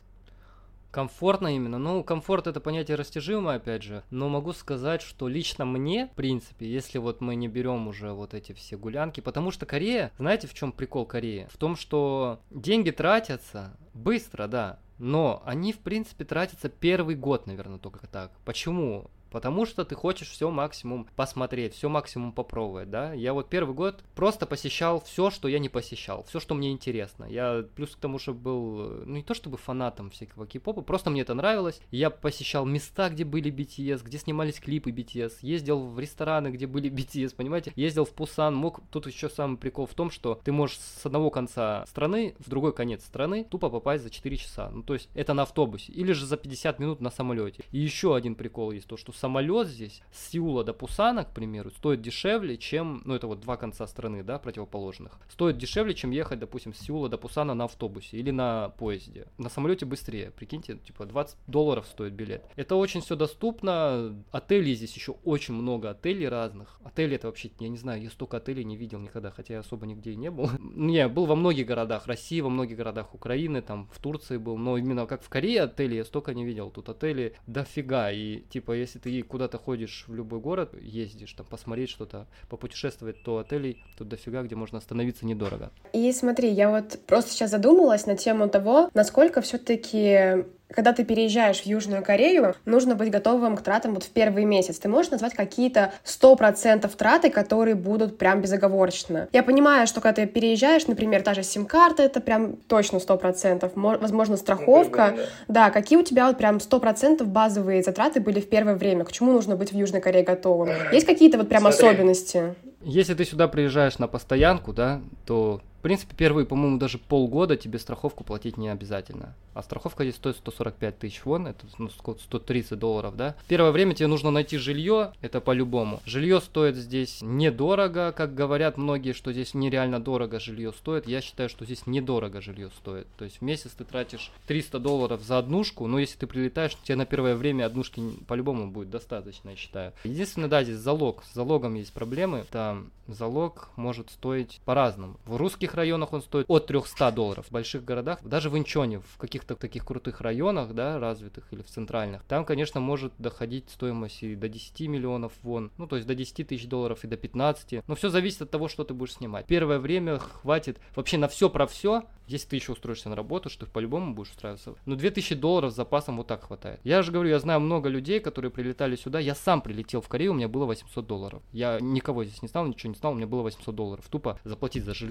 Комфортно именно. Ну, комфорт это понятие растяжимое, опять же, но могу сказать, что лично мне, в принципе, если вот мы не берем уже вот эти все гулянки, потому что Корея, знаете, в чем прикол Кореи? В том, что деньги тратятся быстро, да, но они, в принципе, тратятся первый год, наверное, только так. Почему? Потому что ты хочешь все максимум посмотреть, все максимум попробовать, да. Я вот первый год просто посещал все, что я не посещал, все, что мне интересно. Я плюс к тому, что был, ну не то чтобы фанатом всякого кей-попа, просто мне это нравилось. Я посещал места, где были би ти эс, где снимались клипы би ти эс, ездил в рестораны, где были би ти эс, понимаете, ездил в Пусан, мог. Тут еще самый прикол в том, что ты можешь с одного конца страны в другой конец страны тупо попасть за четыре часа. Ну то есть это на автобусе или же за пятьдесят минут на самолете. И еще один прикол есть, то что самолет здесь с Сеула до Пусана, к примеру, стоит дешевле, чем, ну это вот два конца страны, да, противоположных, стоит дешевле, чем ехать, допустим, с Сеула до Пусана на автобусе или на поезде. На самолете быстрее, прикиньте, типа двадцать долларов стоит билет. Это очень все доступно, отелей здесь еще очень много, отелей разных. Отели это вообще, я не знаю, я столько отелей не видел никогда, хотя я особо нигде и не был. Не, был во многих городах России, во многих городах Украины, там в Турции был, но именно как в Корее отели я столько не видел. Тут отели дофига, и типа если ты и куда-то ходишь в любой город, ездишь там посмотреть что-то, попутешествовать, то отелей тут дофига, где можно остановиться недорого.
И смотри, я вот просто сейчас задумалась на тему того, насколько все-таки, когда ты переезжаешь в Южную Корею, нужно быть готовым к тратам вот в первый месяц. Ты можешь назвать какие-то сто процентов траты, которые будут прям безоговорочно? Я понимаю, что когда ты переезжаешь, например, та же сим-карта, это прям точно сто процентов. Возможно, страховка. Ну, да. да, какие у тебя вот прям сто процентов базовые затраты были в первое время? К чему нужно быть в Южной Корее готовым? Есть какие-то вот прям Смотри. особенности?
Если ты сюда приезжаешь на постоянку, да, то, в принципе, первые, по-моему, даже полгода тебе страховку платить не обязательно. А страховка здесь стоит сто сорок пять тысяч вон, это ну, сто тридцать долларов, да. Первое время тебе нужно найти жилье, это по-любому. Жилье стоит здесь недорого, как говорят многие, что здесь нереально дорого жилье стоит. Я считаю, что здесь недорого жилье стоит. То есть в месяц ты тратишь триста долларов за однушку, но если ты прилетаешь, тебе на первое время однушки по-любому будет достаточно, я считаю. Единственное, да, здесь залог. С залогом есть проблемы. Там залог может стоить по-разному. В русских районах он стоит от триста долларов. В больших городах, даже в Инчоне, в каких-то таких крутых районах, да, развитых или в центральных, там, конечно, может доходить стоимость и до десяти миллионов вон, ну, то есть до десяти тысяч долларов и до пятнадцати. Но все зависит от того, что ты будешь снимать. Первое время хватит вообще на все про все, если ты еще устроишься на работу, что ты по-любому будешь устраиваться. Но две тысячи долларов с запасом вот так хватает. Я же говорю, я знаю много людей, которые прилетали сюда. Я сам прилетел в Корею, у меня было восемьсот долларов. Я никого здесь не знал, ничего не знал, у меня было восемьсот долларов. Тупо заплатить за жилье себе,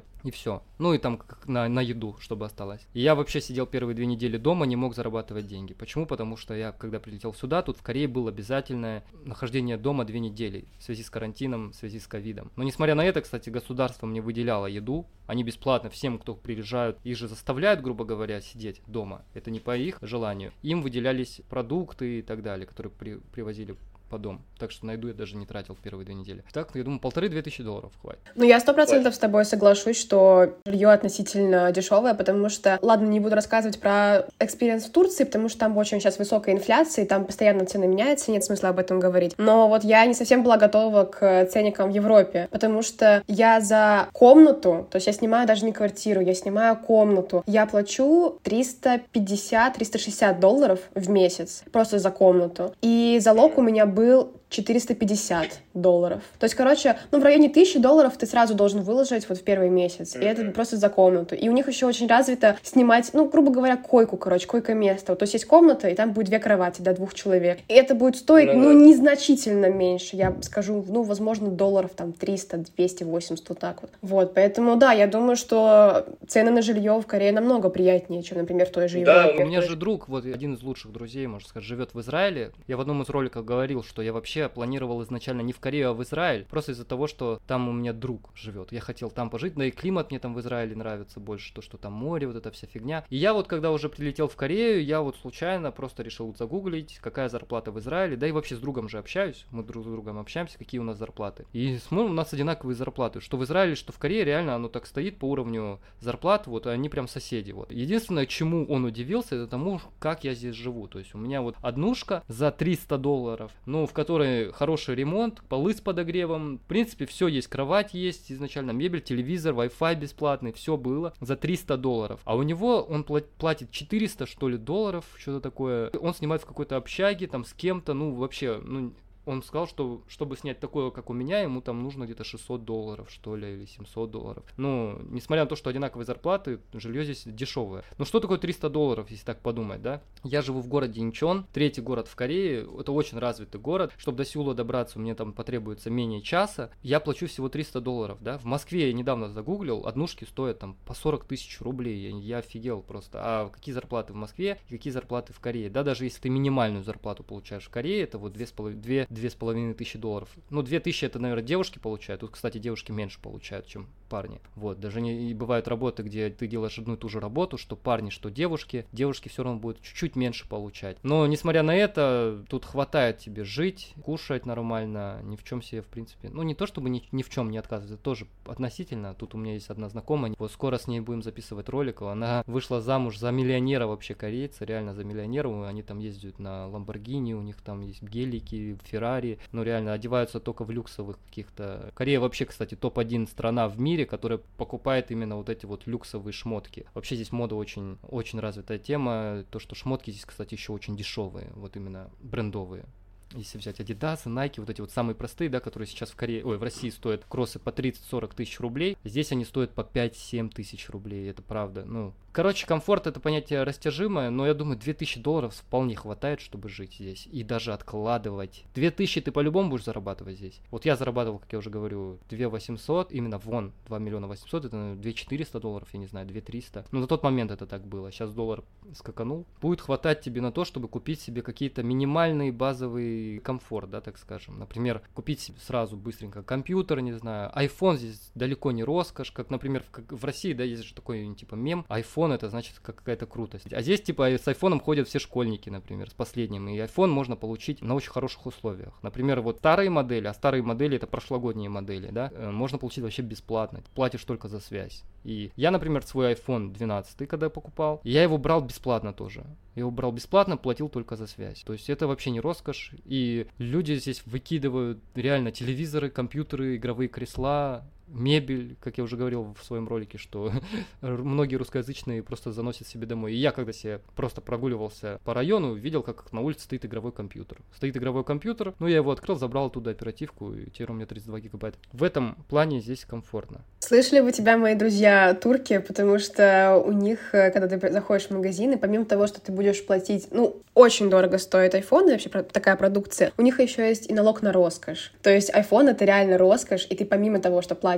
недели, и все. Ну и там как на, на еду, чтобы осталось. И я вообще сидел первые две недели дома, не мог зарабатывать деньги. Почему? Потому что я, когда прилетел сюда, тут в Корее было обязательное нахождение дома две недели в связи с карантином, в связи с ковидом. Но несмотря на это, кстати, государство мне выделяло еду. Они бесплатно всем, кто приезжают, их же заставляют, грубо говоря, сидеть дома. Это не по их желанию. Им выделялись продукты и так далее, которые при, привозили по дому. Так что на еду я даже не тратил первые две недели. Так, я думаю, полторы-две тысячи долларов хватит.
Ну, я сто процентов с тобой соглашусь, что жилье относительно дешевое, потому что, ладно, не буду рассказывать про экспириенс в Турции, потому что там очень сейчас высокая инфляция, и там постоянно цены меняются, нет смысла об этом говорить. Но вот я не совсем была готова к ценникам в Европе, потому что я за комнату, то есть я снимаю даже не квартиру, я снимаю комнату, я плачу триста пятьдесят - триста шестьдесят долларов в месяц просто за комнату. И залог у меня был был четыреста пятьдесят долларов. То есть, короче, ну, в районе тысячи долларов ты сразу должен выложить вот в первый месяц. И это просто за комнату. И у них еще очень развито снимать, ну, грубо говоря, койку, короче, койко-место. Вот, то есть есть комната, и там будет две кровати, да, двух человек. И это будет стоить, ну, незначительно меньше. Я скажу, ну, возможно, долларов там триста, двести, восемьдесят, вот так вот. Вот, поэтому, да, я думаю, что цены на жилье в Корее намного приятнее, чем, например, в той же Европе.
Да, у меня же друг, вот один из лучших друзей, можно сказать, живет в Израиле. Я в одном из роликов говорил, что я вообще планировал изначально не в Корею, а в Израиль, просто из-за того, что там у меня друг живет. Я хотел там пожить, да и климат мне там в Израиле нравится больше, то, что там море, вот эта вся фигня. И я вот, когда уже прилетел в Корею, я вот случайно просто решил загуглить, какая зарплата в Израиле, да и вообще с другом же общаюсь, мы друг с другом общаемся, какие у нас зарплаты. И смотрим, у нас одинаковые зарплаты, что в Израиле, что в Корее, реально оно так стоит по уровню зарплат, вот они прям соседи, вот. Единственное, чему он удивился, это тому, как я здесь живу, то есть у меня вот однушка за триста долларов, ну, в которой хороший ремонт, полы с подогревом, в принципе, все есть, кровать есть, изначально мебель, телевизор, Wi-Fi бесплатный, все было за триста долларов. А у него он платит четыреста, что ли, долларов, что-то такое. Он снимает в какой-то общаге, там, с кем-то, ну, вообще, ну, он сказал, что чтобы снять такое, как у меня, ему там нужно где-то шестьсот долларов, что ли, или семьсот долларов. Ну, несмотря на то, что одинаковые зарплаты, жилье здесь дешевое. Ну, что такое триста долларов, если так подумать, да? Я живу в городе Инчон, третий город в Корее, это очень развитый город. Чтобы до Сеула добраться, мне там потребуется менее часа. Я плачу всего триста долларов, да? В Москве я недавно загуглил, однушки стоят там по сорок тысяч рублей. Я, я офигел просто. А какие зарплаты в Москве и какие зарплаты в Корее? Да, даже если ты минимальную зарплату получаешь в Корее, это вот две с половиной две с половиной тысячи долларов. Ну, две тысячи это, наверное, девушки получают. Тут, кстати, девушки меньше получают, чем парни. Вот, даже не и бывают работы, где ты делаешь одну и ту же работу, что парни, что девушки. Девушки все равно будут чуть-чуть меньше получать. Но, несмотря на это, тут хватает тебе жить, кушать нормально, ни в чем себе, в принципе. Ну, не то, чтобы ни, ни в чем не отказывать, это тоже относительно. Тут у меня есть одна знакомая, вот скоро с ней будем записывать ролик. Она вышла замуж за миллионера вообще корейца, реально за миллионера. Они там ездят на Ламборгини, у них там есть гелики, Феррари, ну реально одеваются только в люксовых каких-то. Корея вообще, кстати, топ один страна в мире, которая покупает именно вот эти вот люксовые шмотки. Вообще здесь мода очень, очень развитая тема. То, что шмотки здесь, кстати, еще очень дешевые, вот именно брендовые. Если взять Adidas, Nike, вот эти вот самые простые, да, которые сейчас в Корее, ой, в России стоят кроссы по тридцать-сорок тысяч рублей, здесь они стоят по пять-семь тысяч рублей, это правда, ну. Короче, комфорт это понятие растяжимое, но я думаю, две тысячи долларов вполне хватает, чтобы жить здесь и даже откладывать. две тысячи ты по-любому будешь зарабатывать здесь. Вот я зарабатывал, как я уже говорю, две тысячи восемьсот, именно вон, два миллиона восемьсот, это наверное, две тысячи четыреста долларов, я не знаю, две тысячи триста. Но на тот момент это так было, сейчас доллар скаканул. Будет хватать тебе на то, чтобы купить себе какие-то минимальные базовые комфорт, да, так скажем. Например, купить себе сразу быстренько компьютер, не знаю, iPhone здесь далеко не роскошь, как, например, в, в России, да, есть же такой, типа, мем, iPhone это значит какая-то крутость. А здесь, типа, с iPhone ходят все школьники, например, с последним, и iPhone можно получить на очень хороших условиях. Например, вот старые модели, а старые модели это прошлогодние модели, да, можно получить вообще бесплатно, платишь только за связь. И я, например, свой айфон двенадцать, когда покупал, я его брал бесплатно тоже. Я его брал бесплатно, платил только за связь. То есть это вообще не роскошь. И люди здесь выкидывают реально телевизоры, компьютеры, игровые кресла, мебель, как я уже говорил в своем ролике, что многие русскоязычные просто заносят себе домой. И я, когда себе просто прогуливался по району, видел, как на улице стоит игровой компьютер. Стоит игровой компьютер, ну я его открыл, забрал оттуда оперативку, и теперь у меня тридцать два гигабайта. В этом плане здесь комфортно.
Слышали вы тебя, мои друзья, турки, потому что у них, когда ты заходишь в магазины, помимо того, что ты будешь платить, ну, очень дорого стоит iPhone, и вообще такая продукция, у них еще есть и налог на роскошь. То есть iPhone — это реально роскошь, и ты помимо того, что платишь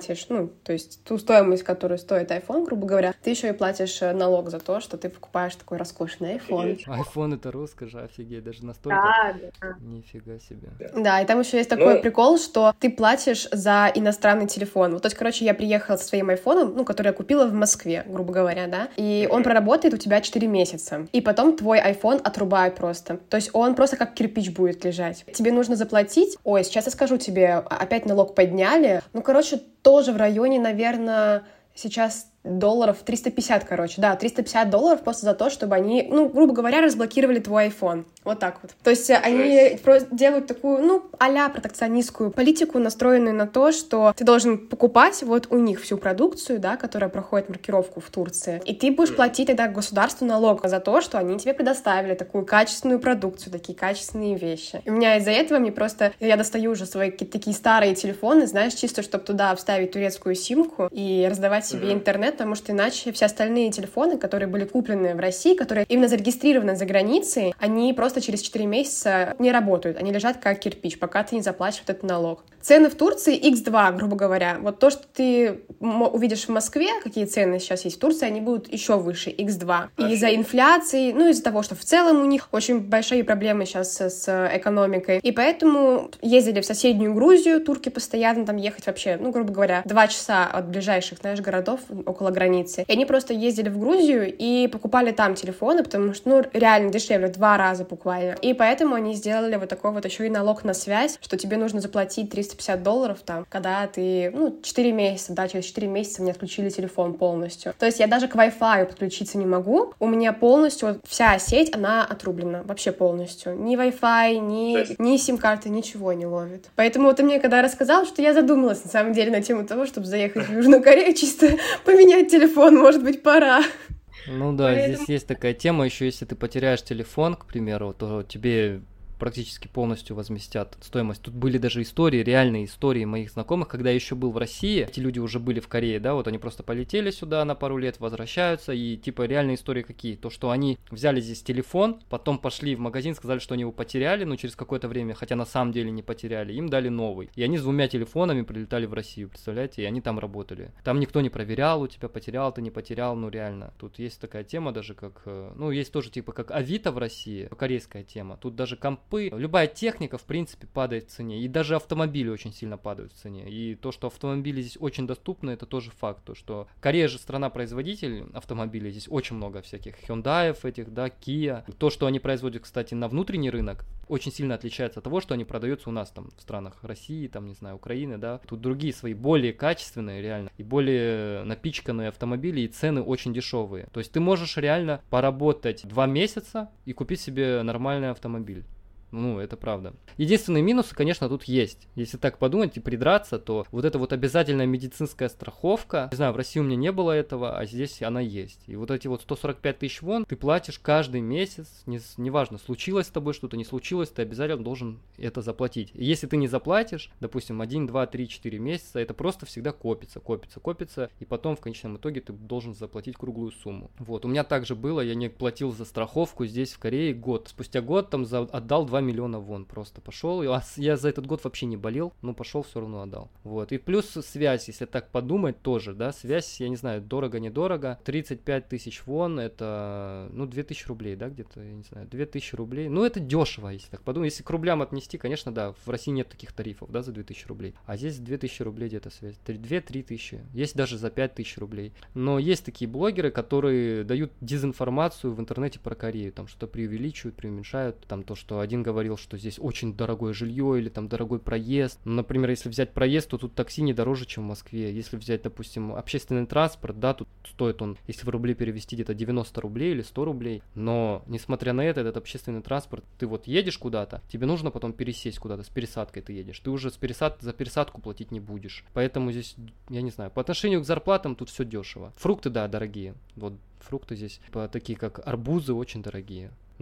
платишь, ну, то есть ту стоимость, которую стоит iPhone, грубо говоря, ты еще и платишь налог за то, что ты покупаешь такой роскошный iPhone.
iPhone это роскошь, офигеть, даже настолько.
Да, да.
Нифига себе.
Да, и там еще есть такой
Ну...
прикол, что ты платишь за иностранный телефон. Вот, то есть, короче, я приехала со своим айфоном, ну, который я купила в Москве, грубо говоря, да, и он проработает у тебя четыре месяца. И потом твой iPhone отрубают просто. То есть он просто как кирпич будет лежать. Тебе нужно заплатить. Ой, сейчас я скажу тебе, опять налог подняли. Ну, короче, тоже в районе, наверное, сейчас долларов триста пятьдесят, короче, да, триста пятьдесят долларов просто за то, чтобы они, ну, грубо говоря, разблокировали твой iPhone. Вот так вот. То есть они просто делают такую, ну, а-ля протекционистскую политику, настроенную на то, что ты должен покупать вот у них всю продукцию, да, которая проходит маркировку в Турции, и ты будешь платить тогда государству налог за то, что они тебе предоставили такую качественную продукцию, такие качественные вещи. И у меня из-за этого мне просто, я достаю уже свои какие-то такие старые телефоны, знаешь, чисто, чтобы туда вставить турецкую симку и раздавать себе mm-hmm. интернет, потому что иначе все остальные телефоны, которые были куплены в России, которые именно зарегистрированы за границей, они просто через четыре месяца не работают, они лежат как кирпич, пока ты не заплатишь вот этот налог. Цены в Турции икс два, грубо говоря. Вот то, что ты увидишь в Москве, какие цены сейчас есть в Турции, они будут еще выше, икс два. И из-за инфляции, ну, из-за того, что в целом у них очень большие проблемы сейчас с экономикой. И поэтому ездили в соседнюю Грузию, турки постоянно там ехать вообще, ну, грубо говоря, два часа от ближайших, знаешь, городов около границы. И они просто ездили в Грузию и покупали там телефоны, потому что, ну, реально дешевле, в два раза буквально. И поэтому они сделали вот такой вот еще и налог на связь, что тебе нужно заплатить триста пятьдесят долларов там, когда ты, ну, четыре месяца, да, через четыре месяца мне отключили телефон полностью. То есть я даже к Wi-Fi подключиться не могу, у меня полностью вот вся сеть, она отрублена, вообще полностью. Ни Wi-Fi, ни, ни сим-карты, ничего не ловит. Поэтому вот ты мне когда рассказал, что я задумалась на самом деле на тему того, чтобы заехать в Южную Корею, чисто поменять телефон, может быть, пора.
Ну да,
Поэтому...
здесь есть такая тема, еще если ты потеряешь телефон, к примеру, то тебе практически полностью возместят стоимость. Тут были даже истории, реальные истории моих знакомых, когда я еще был в России, эти люди уже были в Корее, да, вот они просто полетели сюда на пару лет, возвращаются, и типа реальные истории какие? То, что они взяли здесь телефон, потом пошли в магазин, сказали, что они его потеряли, но через какое-то время, хотя на самом деле не потеряли, им дали новый. И они с двумя телефонами прилетали в Россию, представляете, и они там работали. Там никто не проверял, у тебя потерял, ты не потерял, ну реально. Тут есть такая тема даже как, ну есть тоже типа как Авито в России, корейская тема. Тут даже компы, любая техника, в принципе, падает в цене. И даже автомобили очень сильно падают в цене. И то, что автомобили здесь очень доступны, это тоже факт. То, что Корея же страна-производитель автомобилей. Здесь очень много всяких Hyundai'ев этих, да, Kia. То, что они производят, кстати, на внутренний рынок, очень сильно отличается от того, что они продаются у нас там в странах России, там, не знаю, Украины, да. Тут другие свои, более качественные, реально, и более напичканные автомобили, и цены очень дешевые. То есть ты можешь реально поработать два месяца и купить себе нормальный автомобиль. Ну, это правда. Единственные минусы, конечно, тут есть. Если так подумать и придраться, то вот эта вот обязательная медицинская страховка, не знаю, в России у меня не было этого, а здесь она есть. И вот эти вот сто сорок пять тысяч вон ты платишь каждый месяц, не, неважно, случилось с тобой что-то, не случилось, ты обязательно должен это заплатить. И если ты не заплатишь, допустим, один, два, три, четыре месяца, это просто всегда копится, копится, копится, и потом в конечном итоге ты должен заплатить круглую сумму. Вот, у меня также было, я не платил за страховку здесь в Корее год. Спустя год там за, отдал два миллиона вон, просто пошел. Я за этот год вообще не болел, но пошел, все равно отдал. Вот. И плюс связь, если так подумать, тоже, да, связь, я не знаю, дорого-недорого. тридцать пять тысяч вон, это, ну, две тысячи рублей, да, где-то, я не знаю, две тысячи рублей. Ну, это дешево, если так подумать. Если к рублям отнести, конечно, да, в России нет таких тарифов, да, за две тысячи рублей. А здесь две тысячи рублей где-то связь. две-три тысячи. Есть даже за пять тысяч рублей. Но есть такие блогеры, которые дают дезинформацию в интернете про Корею. Там что-то преувеличивают, преуменьшают. Там то, что один говорил, что здесь очень дорогое жилье или там дорогой проезд. Ну, например, если взять проезд, то тут такси не дороже, чем в Москве. Если взять, допустим, общественный транспорт, да, тут стоит он, если в рубли перевести, где-то девяносто рублей или сто рублей. Но, несмотря на это, этот общественный транспорт, ты вот едешь куда-то, тебе нужно потом пересесть куда-то, с пересадкой ты едешь. Ты уже с пересад... за пересадку платить не будешь. Поэтому здесь, я не знаю, по отношению к зарплатам тут все дешево. Фрукты, да, дорогие. Вот фрукты здесь, типа, такие как арбузы, очень дорогие.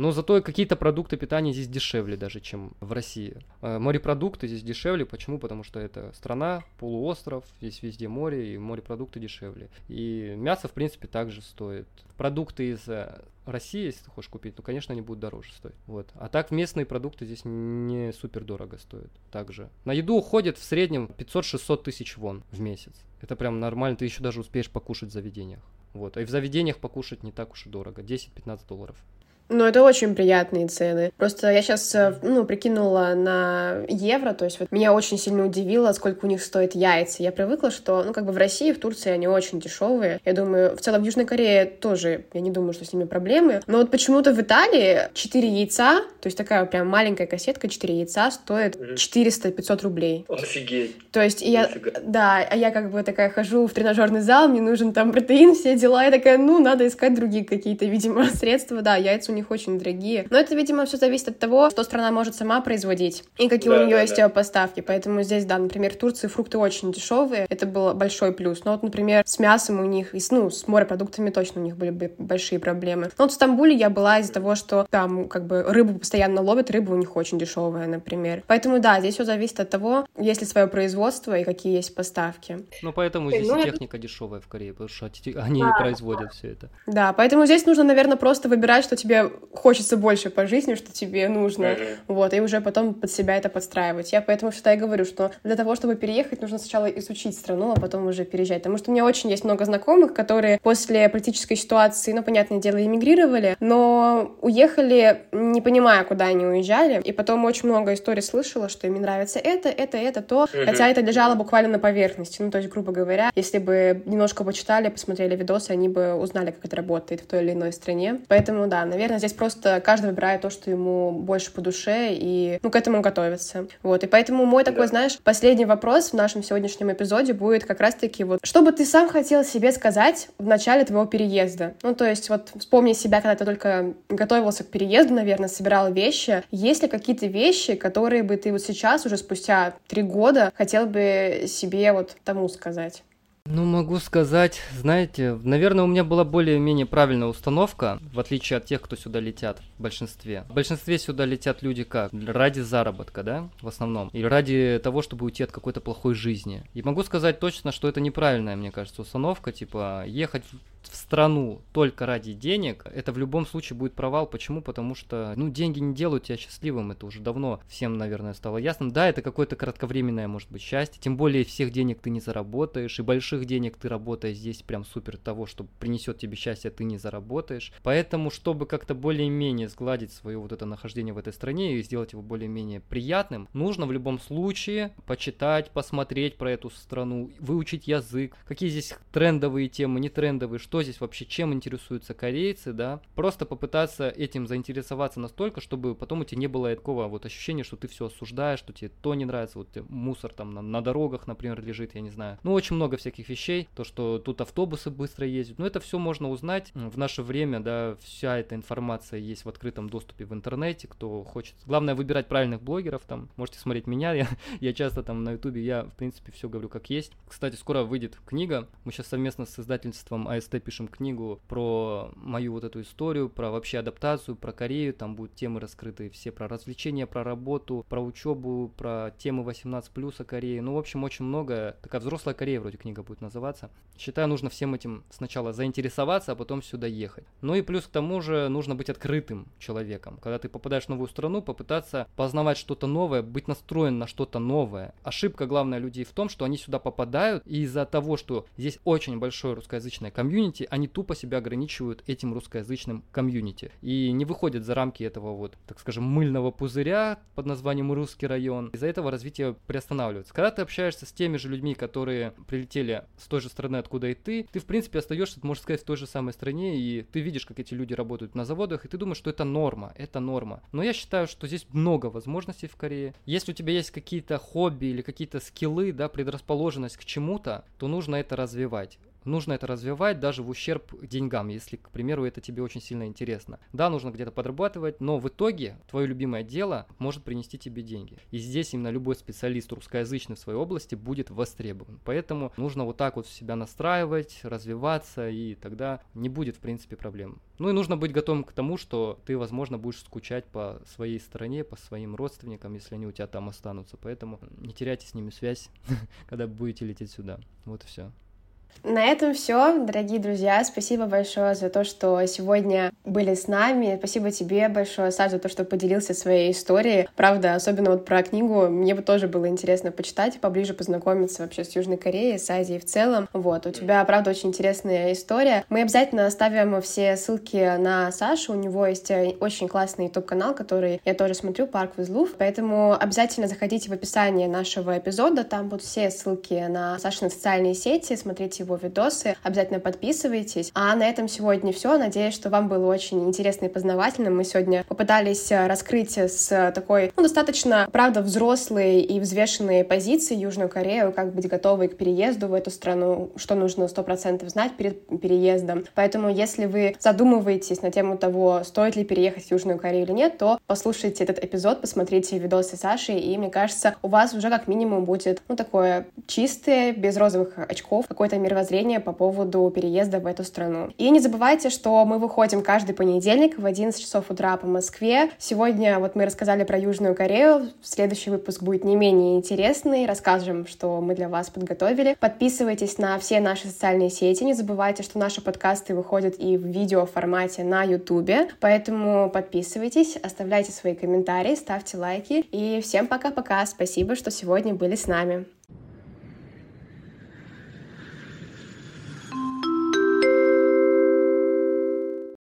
Но зато какие-то продукты питания здесь дешевле даже, чем в России. Морепродукты здесь дешевле. Почему? Потому что это страна, полуостров, здесь везде море, и морепродукты дешевле. И мясо, в принципе, также стоит. Продукты из России, если ты хочешь купить, то, конечно, они будут дороже стоить. Вот. А так местные продукты здесь не супер дорого стоят. Также. На еду уходит в среднем пятьсот-шестьсот тысяч вон в месяц. Это прям нормально, ты еще даже успеешь покушать в заведениях. Вот. А и в заведениях покушать не так уж и дорого. десять-пятнадцать долларов.
Ну, это очень приятные цены. Просто я сейчас, ну, прикинула на евро, то есть вот меня очень сильно удивило, сколько у них стоят яйца. Я привыкла, что, ну, как бы в России, в Турции они очень дешевые. Я думаю, в целом в Южной Корее тоже, я не думаю, что с ними проблемы. Но вот почему-то в Италии четыре яйца, то есть такая прям маленькая кассетка, четыре яйца стоит четыреста-пятьсот рублей.
Офигеть.
То есть я, да, а я как бы такая хожу в тренажерный зал, мне нужен там протеин, все дела. Я такая, ну, надо искать другие какие-то, видимо, средства. Да, яйца у них очень дорогие. Но это, видимо, все зависит от того, что страна может сама производить и какие да, у нее да, есть да. поставки. Поэтому здесь, да, например, в Турции фрукты очень дешевые. Это был большой плюс. Но вот, например, с мясом у них, и с, ну, с морепродуктами точно у них были бы большие проблемы. Но вот в Стамбуле я была из-за того, что там как бы рыбу постоянно ловят, рыба у них очень дешевая, например. Поэтому, да, здесь все зависит от того, есть ли свое производство и какие есть поставки.
Ну, поэтому здесь ну, и техника это... дешевая в Корее, потому что они да. производят все это.
Да, поэтому здесь нужно, наверное, просто выбирать, что тебе хочется больше по жизни, что тебе нужно, mm-hmm. вот, и уже потом под себя это подстраивать. Я поэтому всегда и говорю, что для того, чтобы переехать, нужно сначала изучить страну, а потом уже переезжать, потому что у меня очень есть много знакомых, которые после политической ситуации, ну, понятное дело, эмигрировали, но уехали, не понимая, куда они уезжали, и потом очень много историй слышала, что им не нравится это, это, это, то, mm-hmm. хотя это лежало буквально на поверхности, ну, то есть, грубо говоря, если бы немножко почитали, посмотрели видосы, они бы узнали, как это работает в той или иной стране, поэтому, да, наверное, здесь просто каждый выбирает то, что ему больше по душе, и, ну, к этому готовится. Вот, и поэтому мой такой, да. знаешь, последний вопрос в нашем сегодняшнем эпизоде будет как раз-таки вот, что бы ты сам хотел себе сказать в начале твоего переезда? Ну, то есть вот вспомни себя, когда ты только готовился к переезду, наверное, собирал вещи. Есть ли какие-то вещи, которые бы ты вот сейчас, уже спустя три года, хотел бы себе вот тому сказать?
Ну, могу сказать, знаете, наверное, у меня была более-менее правильная установка, в отличие от тех, кто сюда летят в большинстве. В большинстве сюда летят люди как? Ради заработка, да, в основном. И ради того, чтобы уйти от какой-то плохой жизни. И могу сказать точно, что это неправильная, мне кажется, установка, типа, ехать в страну только ради денег, это в любом случае будет провал. Почему? Потому что, ну, деньги не делают тебя счастливым, это уже давно всем, наверное, стало ясно. Да, это какое-то кратковременное, может быть, счастье, тем более всех денег ты не заработаешь, и больших денег ты работаешь здесь прям супер того, что принесет тебе счастье, ты не заработаешь. Поэтому, чтобы как-то более-менее сгладить свое вот это нахождение в этой стране и сделать его более-менее приятным, нужно в любом случае почитать, посмотреть про эту страну, выучить язык, какие здесь трендовые темы, не трендовые, что здесь вообще, чем интересуются корейцы, да, просто попытаться этим заинтересоваться настолько, чтобы потом у тебя не было такого вот ощущения, что ты все осуждаешь, что тебе то не нравится, вот мусор там на, на дорогах, например, лежит, я не знаю. Ну, очень много всяких вещей, то, что тут автобусы быстро ездят, но это все можно узнать в наше время, да, вся эта информация есть в открытом доступе в интернете, кто хочет. Главное выбирать правильных блогеров, там, можете смотреть меня, я, я часто там на ютубе, я, в принципе, все говорю как есть. Кстати, скоро выйдет книга, мы сейчас совместно с издательством а эс тэ пишем книгу про мою вот эту историю, про вообще адаптацию, про Корею, там будут темы раскрыты все про развлечения, про работу, про учебу, про темы восемнадцать плюс о Корее, ну, в общем, очень много, такая взрослая Корея вроде книга будет называться. Считаю, нужно всем этим сначала заинтересоваться, а потом сюда ехать. Ну и плюс к тому же нужно быть открытым человеком. Когда ты попадаешь в новую страну, попытаться познавать что-то новое, быть настроен на что-то новое. Ошибка главная людей в том, что они сюда попадают, и из-за того, что здесь очень большое русскоязычное комьюнити, они тупо себя ограничивают этим русскоязычным комьюнити. И не выходят за рамки этого вот, так скажем, мыльного пузыря под названием русский район. Из-за этого развитие приостанавливается. Когда ты общаешься с теми же людьми, которые прилетели с той же страны, откуда и ты, ты, в принципе, остаешься, можно сказать, в той же самой стране, и ты видишь, как эти люди работают на заводах, и ты думаешь, что это норма, это норма. Но я считаю, что здесь много возможностей в Корее. Если у тебя есть какие-то хобби или какие-то скиллы, да, предрасположенность к чему-то, то нужно это развивать. нужно это развивать даже в ущерб деньгам, если, к примеру, это тебе очень сильно интересно. Да, нужно где-то подрабатывать, но в итоге твое любимое дело может принести тебе деньги. И здесь именно любой специалист русскоязычный в своей области будет востребован. Поэтому нужно вот так вот себя настраивать, развиваться, и тогда не будет, в принципе, проблем. Ну и нужно быть готовым к тому, что ты, возможно, будешь скучать по своей стране, по своим родственникам, если они у тебя там останутся. Поэтому не теряйте с ними связь, когда будете лететь сюда. Вот и все.
На этом все, дорогие друзья. Спасибо большое за то, что сегодня были с нами. Спасибо тебе большое, Саш, за то, что поделился своей историей. Правда, особенно вот про книгу, мне бы тоже было интересно почитать, поближе познакомиться вообще с Южной Кореей, с Азией в целом. Вот, у тебя, правда, очень интересная история. Мы обязательно оставим все ссылки на Сашу. У него есть очень классный YouTube-канал, который я тоже смотрю, Park with Love. Поэтому обязательно заходите в описание нашего эпизода. Там будут все ссылки на Сашины социальные сети. Смотрите его видосы, обязательно подписывайтесь. А на этом сегодня все. Надеюсь, что вам было очень интересно и познавательно. Мы сегодня попытались раскрыть с такой, ну, достаточно, правда, взрослой и взвешенной позиции Южную Корею, как быть готовой к переезду в эту страну, что нужно сто процентов знать перед переездом. Поэтому, если вы задумываетесь на тему того, стоит ли переехать в Южную Корею или нет, то послушайте этот эпизод, посмотрите видосы Саши, и, мне кажется, у вас уже как минимум будет, ну, такое чистое, без розовых очков, какое-то мировоззрение по поводу переезда в эту страну. И не забывайте, что мы выходим каждый понедельник в одиннадцать часов утра по Москве. Сегодня вот мы рассказали про Южную Корею. Следующий выпуск будет не менее интересный. Расскажем, что мы для вас подготовили. Подписывайтесь на все наши социальные сети. Не забывайте, что наши подкасты выходят и в видеоформате на Ютубе. Поэтому подписывайтесь, оставляйте свои комментарии, ставьте лайки. И всем пока-пока. Спасибо, что сегодня были с нами.